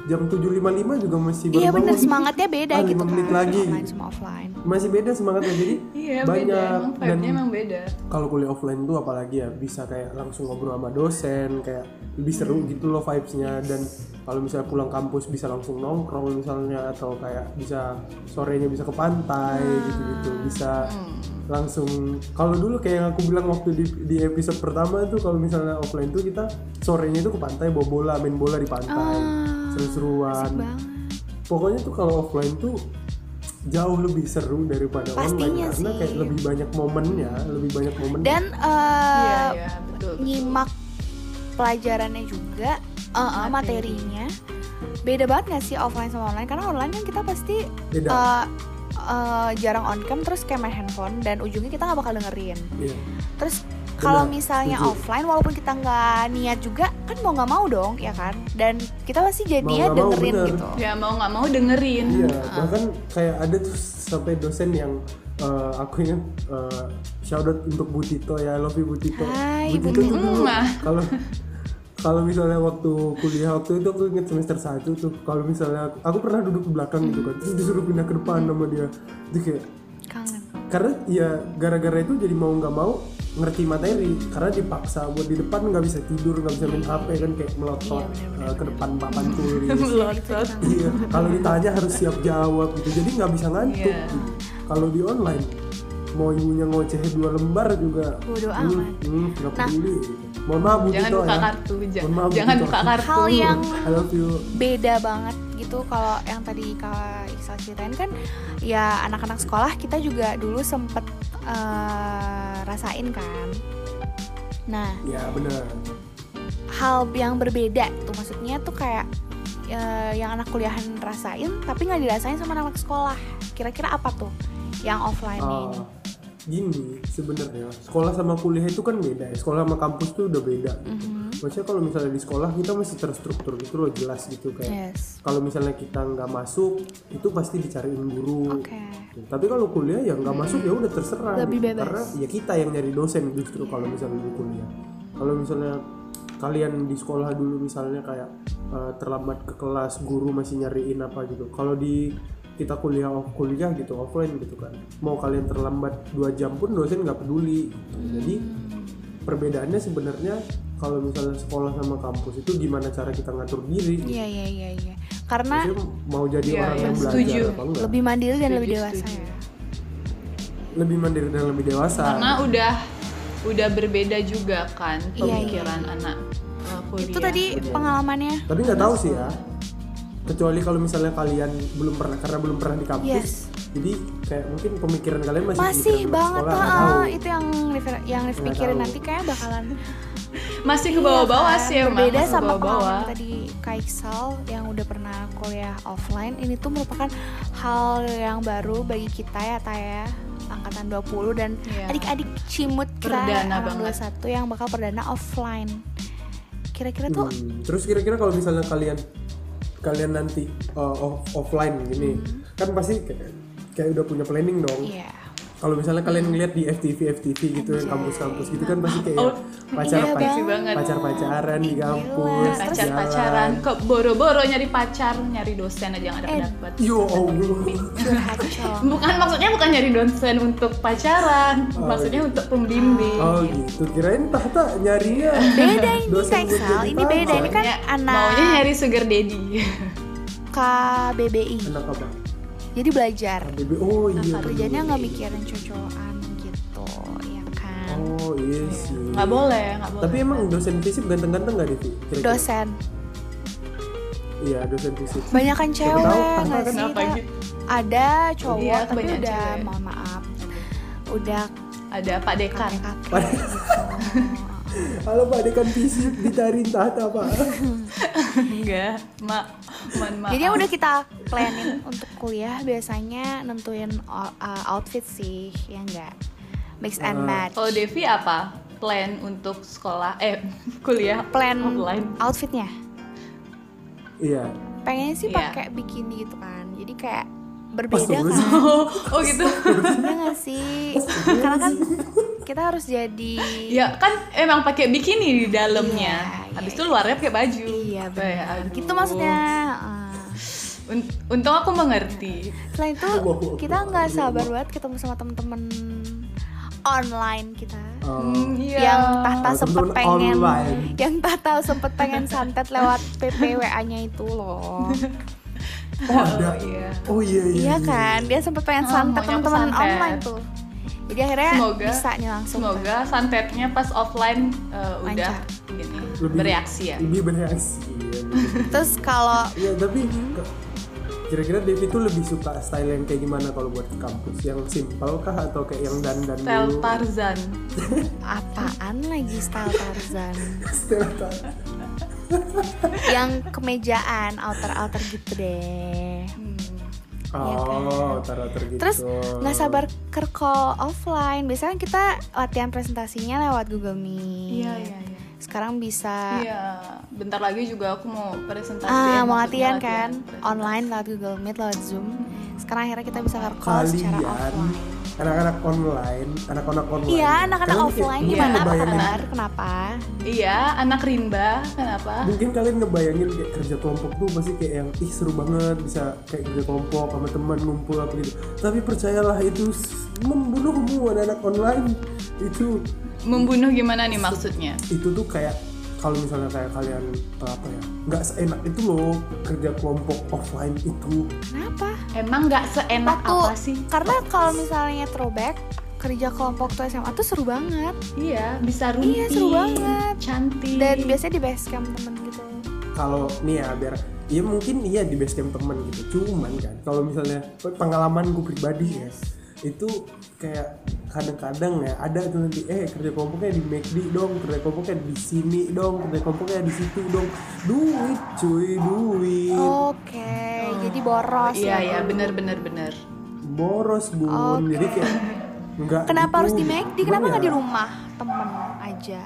jam tujuh lima puluh lima juga masih baru Iya bangun. bener, semangatnya beda Ah, gitu lima kan. menit lagi. Online sama offline. Masih beda semangatnya, jadi Iya banyak. beda, emang Dan vibe-nya emang beda. kalau kuliah offline tuh apalagi ya bisa kayak langsung ngobrol sama dosen, kayak lebih seru gitu loh vibes-nya. Dan kalau misalnya pulang kampus bisa langsung nongkrong misalnya, atau kayak bisa sorenya bisa ke pantai gitu-gitu, bisa langsung. Kalau dulu kayak yang aku bilang waktu di, di episode pertama tuh, kalau misalnya offline tuh kita sorenya itu ke pantai bawa bola, main bola di pantai, Ah, seru-seruan. asik banget. Pokoknya tuh kalau offline tuh jauh lebih seru daripada Pastinya online karena sih. kayak lebih banyak momennya, lebih banyak momen. Dan uh, Iya iya betul. nyimak pelajarannya juga, uh, uh, Materi. materinya beda banget nggak sih offline sama online? Karena online kan kita pasti Beda. uh, uh, jarang on cam, terus kayak main handphone dan ujungnya kita nggak bakal dengerin. Iya. Terus kalau Benar, misalnya setuju. offline, walaupun kita nggak niat juga kan mau nggak mau dong, ya kan? Dan kita pasti jadinya nggak mau, dengerin bener. gitu. Ya mau nggak mau dengerin. Iya, bahkan kayak ada tuh sampai dosen yang uh, aku ingat uh, shout out untuk Bu Tito ya, I love you Bu Tito. Hai, Bu Bu Tito Tito. tuh dulu Mwah. kalau kalau misalnya waktu kuliah waktu itu aku ingat semester satu tuh, kalau misalnya aku, aku pernah duduk di belakang gitu kan, terus disuruh pindah ke depan sama dia, itu kayak Kangen. karena ya gara-gara itu jadi mau nggak mau ngerti materi, karena dipaksa buat di depan nggak bisa tidur, nggak bisa main H P kan, kayak melotot uh, ke depan papan tulis. Melotot. Iya, kalau ditanya harus siap jawab gitu, jadi nggak bisa ngantuk. Iya. Gitu. Kalau di online mau ibunya ngoceh dua lembar juga Bodo hmm, amat. hmm, nggak Nah. peduli gitu. Mohon maaf Bu Jangan Tito buka ya. kartu, ja- Mohon maaf, Bu jangan Tito. buka kartu. Hal yang I love you. beda banget gitu kalau yang tadi Kak Iksal ceritain kan, ya anak-anak sekolah kita juga dulu sempet uh, rasain kan. Nah, Ya benar. hal yang berbeda tuh maksudnya tuh kayak uh, yang anak kuliahan rasain tapi nggak dirasain sama anak sekolah. Kira-kira apa tuh yang offline nih? Ah, gini sebenarnya sekolah sama kuliah itu kan beda ya. Sekolah sama kampus tuh udah beda gitu. Maksudnya kalau misalnya di sekolah kita masih terstruktur gitu loh, jelas gitu kayak Yes. kalau misalnya kita nggak masuk itu pasti dicariin guru. Oke. Tapi kalau kuliah ya nggak masuk ya udah terserah. Lebih gitu. bebas. Karena ya kita yang nyari dosen justru kalau misalnya di kuliah. Kalau misalnya kalian di sekolah dulu misalnya kayak uh, terlambat ke kelas, guru masih nyariin apa gitu. Kalau di kita kuliah off kuliah gitu offline gitu kan, mau kalian terlambat dua jam pun dosen nggak peduli gitu. Jadi perbedaannya sebenarnya kalau misalnya sekolah sama kampus itu gimana cara kita ngatur diri gitu. Iya iya iya iya. Karena Maksudnya mau jadi Iya, orang iya, yang belajar setuju. apa enggak, lebih mandiri dan Setuju, lebih dewasa setuju. ya. lebih mandiri dan lebih dewasa. Karena udah udah berbeda juga kan Iya, pemikiran anak uh, kuliah. Itu tadi pengalamannya. Tapi nggak tahu sih ya, kecuali kalau misalnya kalian belum pernah karena belum pernah di kampus, Yes. jadi kayak mungkin pemikiran kalian masih, Masih pemikiran anak banget sekolah, lah, nggak tahu. itu yang Rif, yang Rif Nggak pikirin tahu. nanti kayak bakalan masih ke iya bawah-bawah kan, sih emang. berbeda masih sama bawah-bawah. pengalaman tadi Kak Iksal yang udah pernah kuliah offline. Ini tuh merupakan hal yang baru bagi kita ya Taya, angkatan dua puluh dan Iya. adik-adik cimut kita Perdana orang banget. dua puluh satu yang bakal perdana offline. Kira-kira tuh Hmm, terus kira-kira kalau misalnya kalian kalian nanti uh, off- offline gini, kan pasti kayak, kayak udah punya planning dong. iya. Kalau misalnya kalian ngeliat di F T V F T V gitu yang kampus-kampus gitu kan pasti kayak Oh, pacar iya pacar banget. pacar pacaran di Gila. kampus, Terus Pacar-pacaran jalan. kok boro-boro nyari pacar, nyari dosen aja nggak Eh. dapet. Yo Allah. Curhat cong. Bukan maksudnya bukan nyari dosen untuk pacaran, Oh, maksudnya untuk pembimbing. Oh gitu, kirain tahta nyarinya. Beda ini dosen Kak buat Iksal, jadi ini beda ini kan Maunya- anak maunya nyari sugar daddy. K B B I. Anak apa? Jadi belajar. B B. Oh iya. Kerjanya bener. nggak mikirin cocokan gitu, ya kan? Oh iya sih. Nggak boleh, nggak boleh. Tapi emang dosen fisip ganteng-ganteng nggak Devi? Kira-kira? Dosen, Iya dosen fisip. banyak kan Siapa cewek tahu, nggak Tante kan sih? Kenapa Kak? gitu? Ada cowok Iya, tapi kebanyakan udah cewek. mohon maaf, udah Ada Pak Dekan. kakek-kakek gitu. Halo Pak Dekan fisip ditarin tahta Pak. Enggak, mak, mohon maaf. Jadi yang udah kita planning untuk kuliah biasanya nentuin o- uh, outfit sih, ya enggak? Mix and Ah. match. Kalau Devi apa? Plan untuk sekolah, eh kuliah Plan offline. outfitnya. Iya. Pengennya sih Iya. pakai bikini gitu kan. Jadi kayak berbeda kan. Astagfirullahaladzim. Oh, oh gitu. Iya nggak sih? Karena kan kita harus jadi Ya kan emang pakai bikini di dalamnya. Iya, Habis itu luarnya pakai baju. Iya Kayak, benar. aduh. Gitu maksudnya. Uh. Un- Untung aku mengerti. Selain itu kita nggak sabar banget ketemu sama temen-temen online kita. Oh. Iya. Yang Tata Oh, sempet temen-temen pengen, online. yang Tata sempet pengen santet lewat P P W A-nya itu loh. Oh ada. Oh, iya. Oh iya iya. Iya kan, dia sempet pengen Oh, santet maunya aku teman-teman santet. online tuh. Jadi akhirnya Semoga- bisa nih langsung. Semoga santetnya pas offline uh, udah Lancar. gini Lebih- bereaksi ya. Lebih bereaksi. Ya, lebih- Terus kalau Iya tapi ke- kira-kira Devi tuh lebih suka style yang kayak gimana kalau buat ke kampus? Yang simple kah atau kayak yang dandan Style dulu? Tarzan. apaan lagi style Tarzan? Style Tarzan. Yang kemejaan, outer-outer gitu deh. Iya kan? Oh, taruh gitu. Terus nggak sabar ke call offline. Biasanya kita latihan presentasinya lewat Google Meet. Iya iya iya. Sekarang bisa Iya, bentar lagi juga aku mau presentasi. ah, eh, mau maksudnya latihan kan presentasi. online lewat Google Meet, lewat Zoom. Sekarang akhirnya kita bisa call secara Kalian offline. anak-anak online, anak-anak online. Iya, anak-anak Kalian offline kayak- gimana? mungkin Apa ngebayangin- kabar? Kenapa? Iya, anak rimba, kenapa? Mungkin kalian ngebayangin kayak kerja kelompok tuh pasti kayak yang ih seru banget bisa kayak kerja kelompok sama teman ngumpul apa gitu. Tapi percayalah itu s- membunuhmu anak-anak online. Itu Membunuh gimana nih maksudnya? itu tuh kayak kalau misalnya kayak kalian eh, apa ya nggak seenak itu loh kerja kelompok offline itu. Kenapa? Emang nggak seenak Waktu- apa sih? Karena kalau misalnya throwback kerja kelompok tuh S M A tuh seru banget. Iya, bisa runti. Iya, seru banget. Cantik. Dan biasanya di base camp temen gitu. Kalau nih ya biar ya mungkin iya di base camp teman gitu cuman kan kalau misalnya pengalaman gue pribadi ya itu kayak kadang-kadang ya ada tuh nanti eh kerja kelompoknya di McD dong, kerja kelompoknya di sini dong, kerja kelompoknya di situ dong, duit cuy duit Oke, jadi boros Iya ya. iya, Bu. bener bener bener. boros bun. Oke. Jadi kayak enggak Kenapa gitu. harus di McD? Cuman Kenapa ya, nggak di rumah temen aja?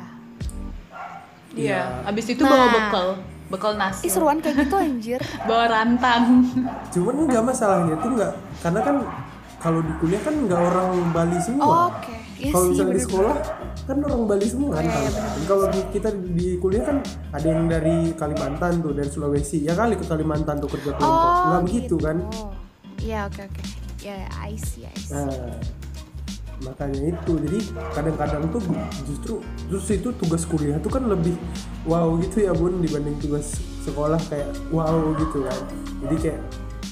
Iya. Abis itu Nah. bawa bekal, bekal nasi. Ih seruan kayak gitu anjir. Bawa rantang. cuman enggak masalahnya tuh enggak karena kan kalau di kuliah kan enggak orang Bali semua. Oke, iya Kalau sih, misalnya di bener-bener. sekolah kan orang Bali semua kan. Iya, iya, kalau kalau di- kita di kuliah kan ada yang dari Kalimantan tuh, dari Sulawesi. Ya kali ke Kalimantan tuh kerja kelompok. Oh, Enggak begitu kan. Iya oke oke. Ya I see I see. Nah, makanya itu. Jadi kadang-kadang tuh justru justru itu tugas kuliah tuh kan lebih wow gitu ya Bun dibanding tugas sekolah kayak wow gitu kan. Jadi kayak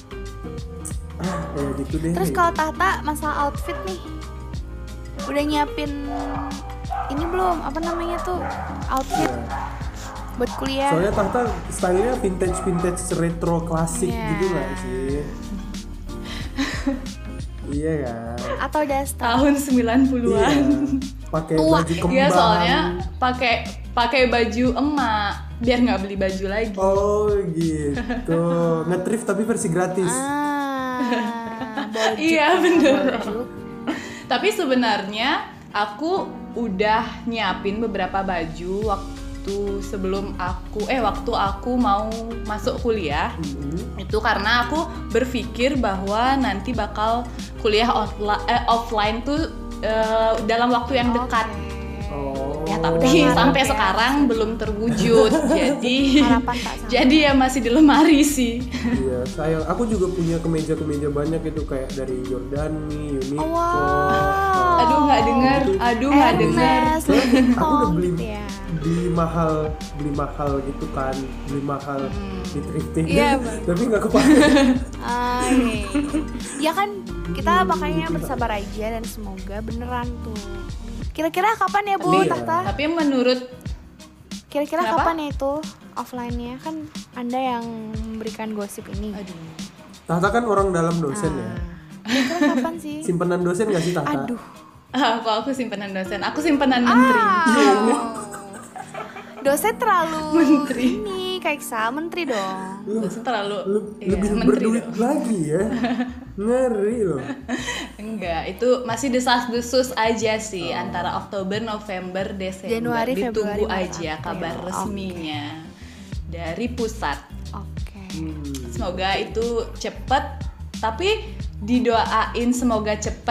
ah kayak gitu deh. Terus kalau Tata masalah outfit nih, udah nyiapin ini belum? Apa namanya tuh outfit Ya. buat kuliah? Soalnya Tahta stylenya vintage vintage retro klasik Iya. gitu nggak sih? Iya kan. Atau duster? Tahun sembilan puluhan. Iya. Pakai Tua. baju kembang. Iya, soalnya pakai pakai baju emak biar nggak beli baju lagi. Oh gitu. Nge-thrift tapi versi gratis. Ah, bojuk, Iya, bener. bojuk. Tapi sebenarnya aku udah nyiapin beberapa baju waktu sebelum aku eh waktu aku mau masuk kuliah. Mhm. Itu karena aku berpikir bahwa nanti bakal kuliah onla- eh, offline tuh eh, dalam waktu yang dekat. Oh. Ya tapi Udah sampai ngarep ya. sekarang belum terwujud. jadi Harapan tak sampai. jadi ya masih di lemari sih. Iya, sayang. Aku juga punya kemeja-kemeja banyak itu kayak dari Giordani, Uniqlo. Oh, wow. Aduh nggak dengar, aduh nggak dengar. Hermes, Soalnya Louis aku udah Vuitton beli gitu ya. beli mahal, beli mahal gitu kan, beli mahal di thrifting. Iya, Bang. Tapi nggak kepake. Ah, iya. Ya kan kita makanya bersabar aja dan semoga beneran tuh. Kira-kira kapan ya Bu Tapi- Tahta? Tapi menurut Kira-kira Kenapa? kapan ya itu offline-nya? Kan Anda yang memberikan gosip ini. aduh Tahta kan orang dalam dosen ya. Kira-kira kapan sih? Simpenan dosen nggak sih Tahta? Aduh. Ah, kok aku simpenan dosen, aku simpenan menteri. Ah. Dosen terlalu Menteri. ini kayak Sa, menteri dong. Dosen terlalu Le- iya, lebih menteri berduit dong. lagi ya. Ngeri loh. Enggak, itu masih desas-desus aja sih antara Oktober, November, Desember. Januari, Ditunggu Februari, Maret, aja April. kabar Oke. resminya dari pusat. Oke. Hmm. Semoga itu cepet, tapi didoain semoga cepet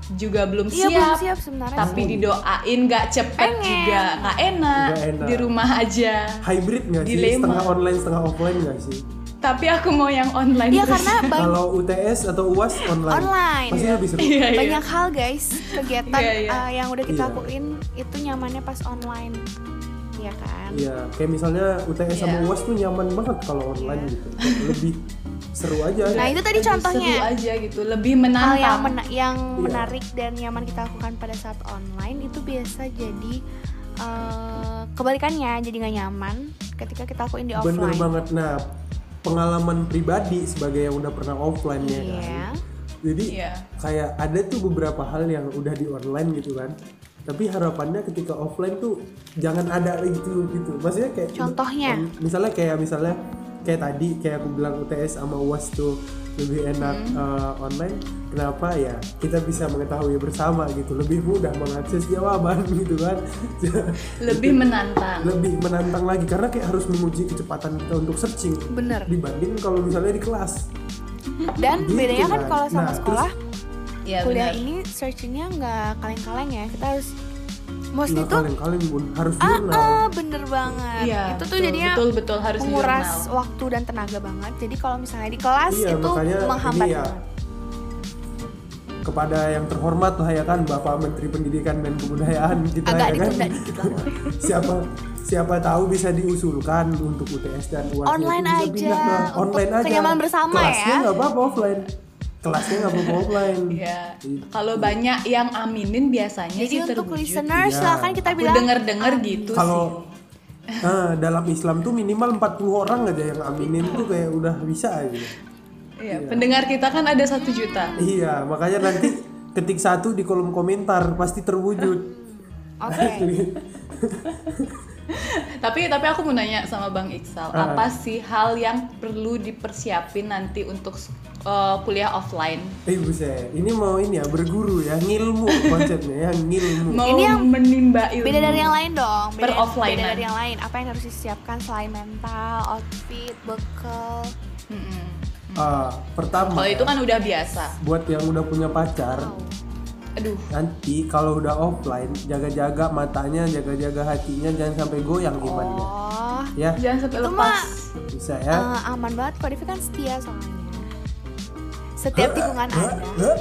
juga belum Iya, siap, belum siap sebenarnya. tapi didoain nggak cepet Pengen. juga nggak enak, Nggak enak. di rumah aja. Hybrid nggak sih? Dilema. Setengah online setengah offline nggak sih? Tapi aku mau yang online. Iya terus. karena banyak, Kalau U T S atau U A S online, Online. pasti lebih seru. Iya, iya. banyak hal guys kegiatan Iya, iya. uh, yang udah kita Iya. lakuin itu nyamannya pas online, ya kan? Iya, kayak misalnya U T S sama Iya. U A S tuh nyaman banget kalau online gitu, lebih seru aja. Nah itu tadi Lebih contohnya seru aja gitu, lebih hal menantang. yang mena- yang Iya. menarik dan nyaman kita lakukan pada saat online itu biasa jadi uh, kebalikannya, jadi nggak nyaman ketika kita lakuin di Bener offline. banget. Nah, pengalaman pribadi sebagai yang udah pernah offline ya kan. Iya. Jadi Iya. kayak ada tuh beberapa hal yang udah di online gitu kan. Tapi harapannya ketika offline tuh jangan ada gitu gitu. Maksudnya kayak Contohnya? misalnya kayak misalnya kayak tadi kayak aku bilang U T S sama U A S tuh lebih enak eh, online. Kenapa ya? Kita bisa mengetahui bersama gitu. Lebih mudah mengakses jawaban gitu kan. Lebih menantang. Lebih menantang lagi karena kayak harus menguji kecepatan kita untuk searching Bener. dibanding kalau misalnya di kelas. Dan Gitu bedanya kan kan. kalau sama Nah, sekolah, Iya kuliah benar. ini searchingnya nggak kaleng-kaleng ya. Kita harus mostly Nggak tuh kaleng-kaleng bun, harus ah, jurnal. ah, bener banget. Iya. Itu tuh betul, jadinya betul betul harus menguras jurnal. waktu dan tenaga banget. Jadi kalau misalnya di kelas Iya, itu makanya menghambat ini ya, banget. kepada yang terhormat lah ya kan Bapak Menteri Pendidikan dan Kebudayaan kita Agak ya kan. ditunda dikit lah. siapa siapa tahu bisa diusulkan untuk U T S dan U A S Online itu bisa aja, pindah ke untuk online aja. kenyamanan bersama Kelasnya ya. nggak apa-apa offline. Kelasnya nggak apa-apa offline. Iya. Kalau banyak yang aminin biasanya Jadi sih untuk terwujud. listeners Iya. silakan kita Aku bilang denger-denger gitu Kalau sih. eh, dalam Islam tuh minimal empat puluh orang aja yang aminin tuh kayak udah bisa gitu. Iya, pendengar kita kan ada satu juta. Iya, makanya nanti ketik satu di kolom komentar pasti terwujud. Oke. Tapi tapi aku mau nanya sama Bang Iksal, Ah. apa sih hal yang perlu dipersiapin nanti untuk uh, kuliah offline? Eh buset, ini mau ini ya berguru ya, ngilmu konsepnya ya, ngilmu. Mau Ini yang menimba ilmu. Beda dari yang lain dong. Beda, Per-offline-an. beda dari yang lain. Apa yang harus disiapkan selain mental, outfit, bekal? Mm-mm. Ah, pertama Kalau itu ya, kan udah biasa. buat yang udah punya pacar, Aduh. nanti kalau udah offline jaga-jaga matanya, jaga-jaga hatinya, jangan sampai goyang imannya. Oh, Ya, Jangan sampai Itu lepas. mah- bisa ya. eh, aman banget. Kok Devi kan setia soalnya. Setiap tikungan ada.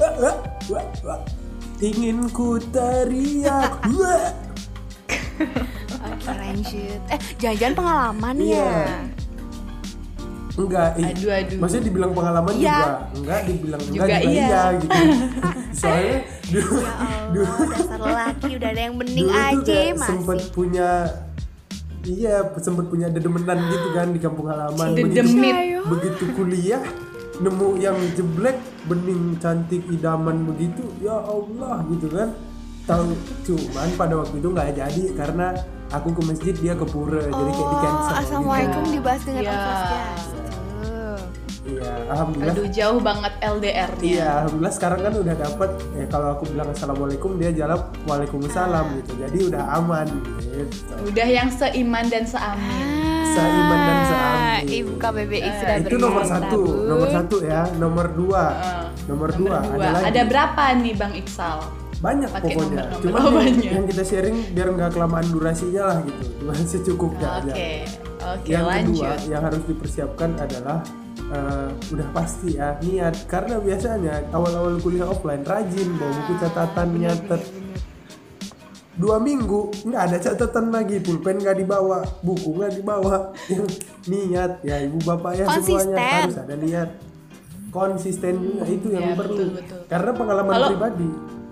Ingin ku teriak. Wah. Oke lanjut. Eh jangan-jangan pengalaman Iya. ya. Enggak, ih. Aduh, aduh. Maksudnya dibilang pengalaman Iya. juga enggak, dibilang enggak Juga juga, iya. iya gitu. Soalnya dulu, Ya Allah, dasar lelaki udah ada yang bening dulu tuh aja kayak masih. sempet punya iya, sempet punya dedemenan gitu kan di kampung halaman. Begitu, Dedemit. begitu kuliah nemu yang jeblek, bening, cantik, idaman begitu, ya Allah gitu kan. Tahu cuman pada waktu itu nggak jadi karena aku ke masjid, dia ke pura, jadi kayak di cancel. Oh, assalamualaikum gitu. dibahas dengan Iya. Al-Fatihah. Iya, alhamdulillah. Aduh, jauh banget L D R-nya. Iya, alhamdulillah sekarang kan udah dapet. Ya kalau aku bilang assalamualaikum, dia jawab waalaikumsalam gitu. Jadi udah aman gitu. Udah yang seiman dan seamin. Seiman dan seamin. Ibu K B B I sudah Itu nomor berkata, satu, Bu. nomor satu ya. Nomor dua, Heeh. nomor, Nomor dua, dua. ada lagi. Ada berapa nih Bang Iksal? Banyak Pakai pokoknya. nomor-nomor. Cuma Oh, yang, banyak. yang kita sharing biar nggak kelamaan durasinya lah gitu. Cuma secukupnya Oke, aja. oke Yang lanjut. kedua yang harus dipersiapkan adalah eh, udah pasti ya niat, karena biasanya awal-awal kuliah offline rajin bawa buku catatan, nyatet. Dua minggu nggak ada catatan lagi, pulpen nggak dibawa, buku nggak dibawa. Yang niat ya ibu bapak ya semuanya Konsisten. harus ada niat. Konsisten juga itu yang Ya, perlu. betul, betul. Karena pengalaman Kalau- pribadi.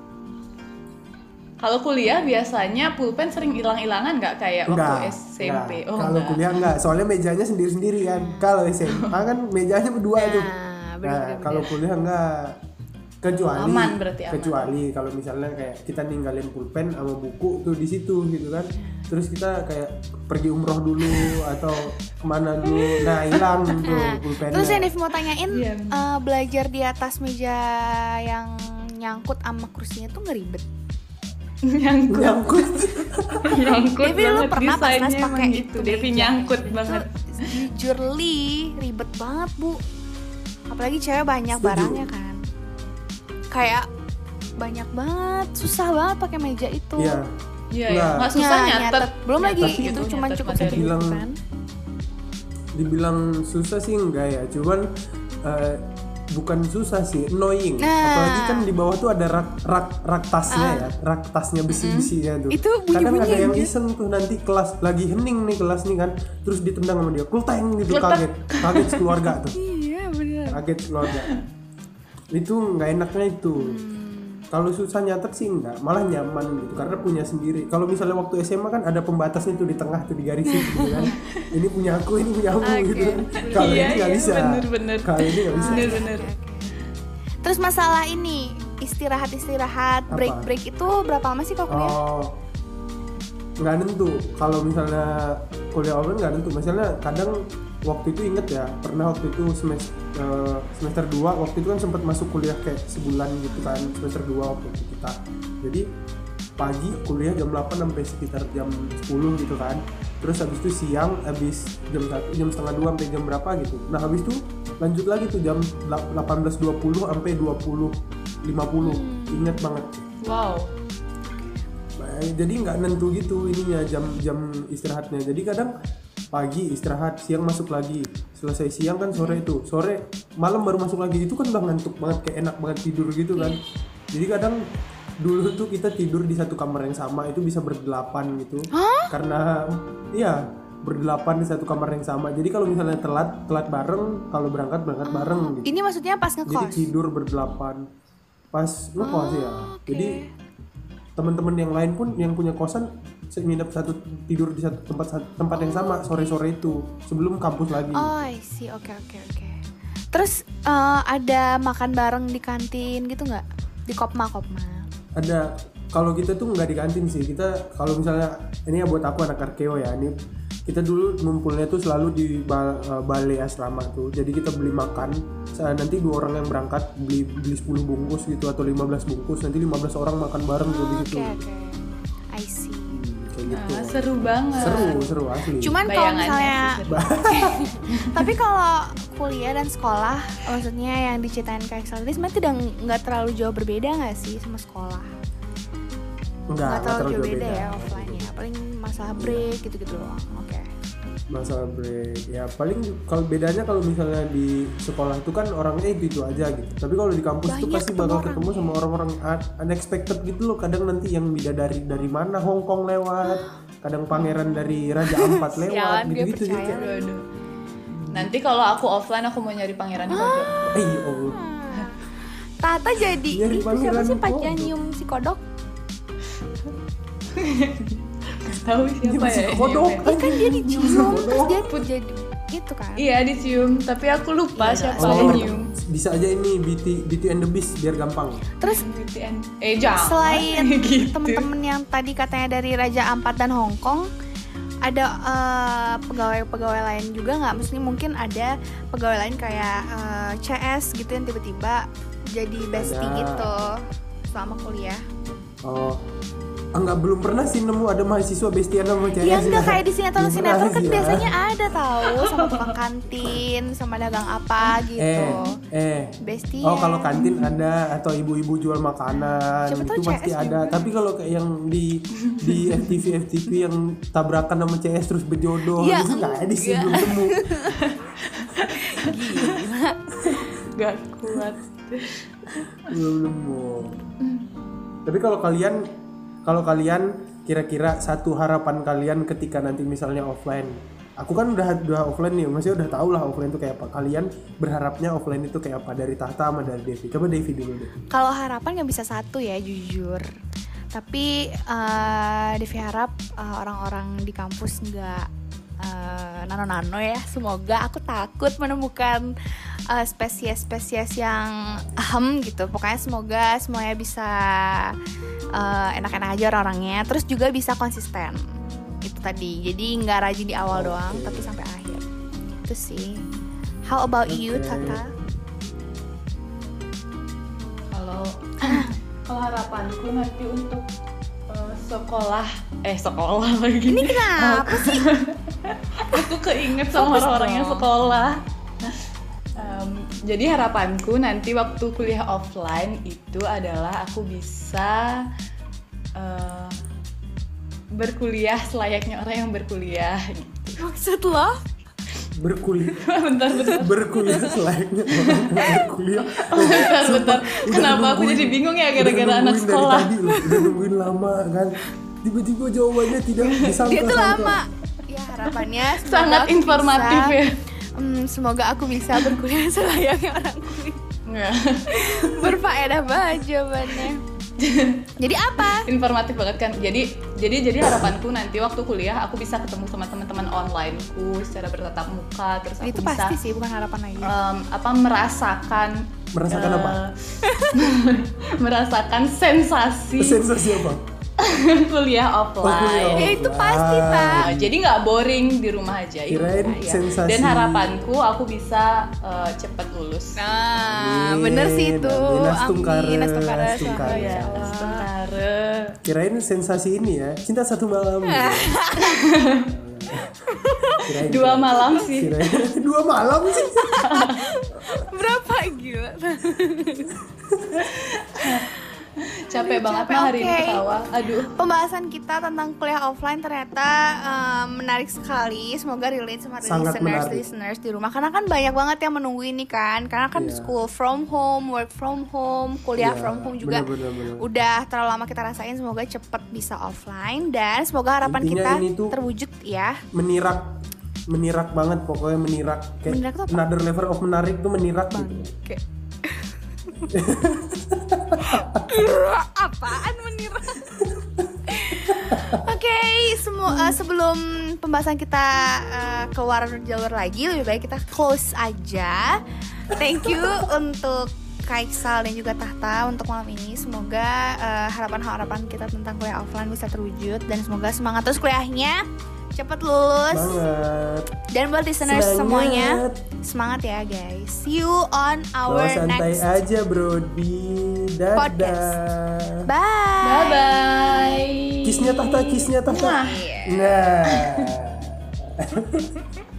Kalau kuliah biasanya pulpen sering hilang-hilangan nggak kayak waktu Enggak, S M P? enggak. Oh, Kalau enggak. kuliah enggak, soalnya mejanya sendiri-sendiri kan. Kalau S M A kan mejanya berdua tuh. Nah, Nah, bener-bener. kalau kuliah enggak, kecuali Aman berarti, aman. kecuali kalau misalnya kayak kita ninggalin pulpen sama buku tuh di situ gitu kan. Terus kita kayak pergi umroh dulu atau kemana dulu, nah hilang tuh pulpennya. Terus yang Devi mau tanyain, Iya. eh, belajar di atas meja yang nyangkut sama kursinya tuh ngeribet. nyangkut, nyangkut. nyangkut Devi lu banget. pernah pas Desainnya kelas pakai emang itu gitu. Devi meja. nyangkut Itu banget. Jujur li, ribet banget bu. Apalagi cewek banyak Setuju. barangnya kan. Kayak banyak banget, susah banget pakai meja itu. Iya. Iya, Nggak. ya. Nggak susah Ya, nyatet. Belum lagi Tapi itu itu cuma nyatet cukup materi. segitu Bilang- kan. Dibilang susah sih enggak ya, cuman uh, bukan susah sih, annoying. Nah. Apalagi kan di bawah tuh ada rak rak rak tasnya ya, rak tasnya besi-besinya tuh. Itu Kadang bunyi-bunyi ada yang aja. iseng tuh nanti kelas lagi hening nih kelas nih kan, terus ditendang sama dia, kulteng gitu, Kultek. kaget, kaget keluarga tuh, Iya benar. kaget keluarga. Itu nggak enaknya itu. Hmm. Kalau susah nyatet sih enggak, malah nyaman gitu karena punya sendiri. Kalau misalnya waktu S M A kan ada pembatasnya tuh di tengah tuh digarisin gitu kan. Ini punya aku, ini punya aku Oke. gitu. Kalau Iya, ini nggak iya, bisa. bener-bener. Kalau ini nggak bisa. Bener-bener. Terus masalah ini istirahat-istirahat, Apa? break-break itu berapa lama sih kok kuliah? Oh, nggak nentu. Kalau misalnya kuliah online nggak nentu. Misalnya kadang waktu itu inget ya, pernah waktu itu semester uh, semester dua waktu itu kan sempat masuk kuliah kayak sebulan gitu kan, semester dua waktu itu kita. Jadi pagi kuliah jam delapan sampai sekitar jam sepuluh gitu kan. Terus habis itu siang habis jam satu, jam setengah dua sampai jam berapa gitu. Nah, habis itu lanjut lagi tuh jam delapan belas dua puluh sampai dua puluh lima puluh. Ingat banget. Wow. Nah, jadi nggak nentu gitu ininya jam-jam istirahatnya. Jadi kadang pagi istirahat, siang masuk lagi, selesai siang kan sore itu, sore malam baru masuk lagi. Itu kan udah ngantuk banget, kayak enak banget tidur gitu kan. Jadi kadang dulu tuh kita tidur di satu kamar yang sama itu bisa berdelapan gitu. Karena iya berdelapan di satu kamar yang sama. Jadi kalau misalnya telat telat bareng, kalau berangkat berangkat bareng gitu. Ini maksudnya pas Jadi ngekos. tidur berdelapan pas ngekos ya. oke. Jadi teman-teman yang lain pun yang punya kosan nginep satu tidur di satu tempat tempat yang sama sore-sore itu sebelum kampus lagi. Oh, I see. Oke, oke, oke. Terus eh, ada makan bareng di kantin gitu nggak? Di Kopma Kopma. Ada, kalau kita tuh nggak di kantin sih. Kita kalau misalnya ini ya buat aku anak Arkeo ya, ini kita dulu ngumpulnya tuh selalu di ba- eh, balai asrama tuh. Jadi kita beli makan. Sa- Nanti dua orang yang berangkat beli beli sepuluh bungkus gitu atau lima belas bungkus. Nanti lima belas orang makan bareng tuh di Oke, situ. oke. I see. Kayak gitu. Nah, seru banget. Seru, seru asli. Cuman kalau Bayangannya misalnya sih seru. tapi kalau kuliah dan sekolah, maksudnya yang diceritain Kak Excel tadi sebenarnya tidak nggak terlalu jauh berbeda nggak sih sama sekolah? Enggak, Nggak terlalu jauh beda, beda. ya offline ya. Paling masalah break gitu-gitu doang. Oke. Masalah break ya paling kalau bedanya kalau misalnya di sekolah itu kan orangnya itu itu aja gitu, tapi kalau di kampus tuh Banyak pasti ketemu bakal orang, ketemu sama orang-orang un- unexpected gitu loh. Kadang nanti yang bidadari dari mana Hong Kong lewat, kadang pangeran dari Raja Ampat lewat Sialan, gue gitu-gitu percaya. gitu. Aduh. Nanti kalau aku offline aku mau nyari pangeran di kodok. Eh ya Allah. Tata jadi Nyari itu siapa pangeran sih kodok. pacar nyium si kodok? Tahu siapa Dia ya? kodok. Siapa ya? Iya kan dia dicium terus Kodok. dia jadi gitu kan? Iya dicium, tapi aku lupa siapa Oh, yang nyium. bisa aja ini Beauty Beauty and the Beast biar gampang. Terus B T N. Eh jangan. selain gitu. temen-temen yang tadi katanya dari Raja Ampat dan Hong Kong, ada eh, pegawai-pegawai lain juga nggak? Maksudnya mungkin ada pegawai lain kayak eh, C S gitu yang tiba-tiba jadi bestie Ada. gitu selama kuliah. Oh. Enggak, belum pernah sih nemu ada mahasiswa bestian sama C S. Ya enggak kayak di sinetron Belum sinetron pernah kan sih, ya. biasanya ada tahu sama tukang kantin, sama dagang apa gitu. Eh, eh. Bestie. Oh, kalau kantin ada atau ibu-ibu jual makanan Siapa itu tahu pasti C S ada. juga. Tapi kalau kayak yang di di F T V F T V yang tabrakan sama C S terus berjodoh Ya, itu nggak ada sih, enggak. belum temu. Gak kuat. belum nemu. Tapi kalau kalian kalau kalian kira-kira satu harapan kalian ketika nanti misalnya offline. Aku kan udah udah offline nih, maksudnya udah tau lah offline itu kayak apa. Kalian berharapnya offline itu kayak apa dari Tahta sama dari Devi? Coba Devi dulu deh. Kalau harapan nggak bisa satu ya jujur. Tapi eh Devi harap eh, orang-orang di kampus nggak eh, nano-nano ya. Semoga, aku takut menemukan eh, spesies-spesies yang ahem gitu. Pokoknya semoga semuanya bisa eh, enak-enak aja orang-orangnya. Terus juga bisa konsisten. Itu tadi. Jadi nggak rajin di awal Oke. doang, tapi sampai akhir. Itu sih. How about you, Oke. Tata? Kalau kalau harapanku nanti untuk eh, sekolah eh sekolah lagi. Ini kenapa sih? Aku keinget sama Fokus orang-orang yang dong. sekolah. Um, jadi harapanku nanti waktu kuliah offline itu adalah aku bisa uh, berkuliah selayaknya orang yang berkuliah gitu. Maksud lo? Berkuliah. bentar bentar Berkuliah selayaknya orang yang berkuliah. oh, bentar bentar kenapa aku jadi bingung ya gara-gara anak sekolah. Tadi loh, udah nungguin lama kan. Tiba-tiba jawabannya tidak disangka. Dia tuh lama. Ya harapannya sangat informatif bisa, ya. Hmm, semoga aku bisa berkuliah selayaknya orang kuliah. Nggak. Berfaedah banget jawabannya. Jadi apa? Informatif banget kan. Jadi jadi jadi harapanku nanti waktu kuliah aku bisa ketemu sama teman-teman onlineku secara bertatap muka, terus aku Itu bisa pasti sih, bukan harapan lagi. um, apa merasakan Merasakan uh, apa? merasakan sensasi Sensasi apa? kuliah Oh, kuliah offline. Ya, itu pasti, Pak. Nah, jadi nggak boring di rumah aja. itu Kirain ya. sensasi. Dan harapanku aku bisa uh, cepat lulus. Nah, Amin, bener sih itu. amin. Astungkare, Amin, astungkare, astungkare. semoga ya Ya, Allah. astungkare. Kirain sensasi ini ya, cinta satu malam. gitu. Kirain, Dua kirain. malam sih. Kirain dua malam sih. Berapa gila? Capek Aduh, banget capek, mah hari ini oke. ketawa. Aduh. Pembahasan kita tentang kuliah offline ternyata um, menarik sekali. Semoga relate sama Sangat listeners menarik. listeners di rumah. Karena kan banyak banget yang menunggu ini kan. Karena kan Iya. school from home, work from home, kuliah Iya, from home juga bener, bener, bener. udah terlalu lama kita rasain. Semoga cepet bisa offline dan semoga harapan Intinya kita ini tuh- terwujud ya. Menirak menirak banget pokoknya menirak kayak Menirak tuh apa? another level of menarik tuh menirak gitu. Oke. Apaan menira? Oke, semua eh, sebelum pembahasan kita eh, keluar jalur lagi, lebih baik kita close aja. Thank you untuk Kaiksal dan juga Tahta untuk malam ini. Semoga eh, harapan-harapan kita tentang kuliah offline bisa terwujud dan semoga semangat terus kuliahnya, cepet lulus. Banget. Dan buat listeners Semangat. semuanya, semangat ya guys. See you on our Bawa santai next aja Brody. Dadah. podcast. Bye. Bye bye. Kisnya Tahta, kisnya Tahta. Mwah. Nah.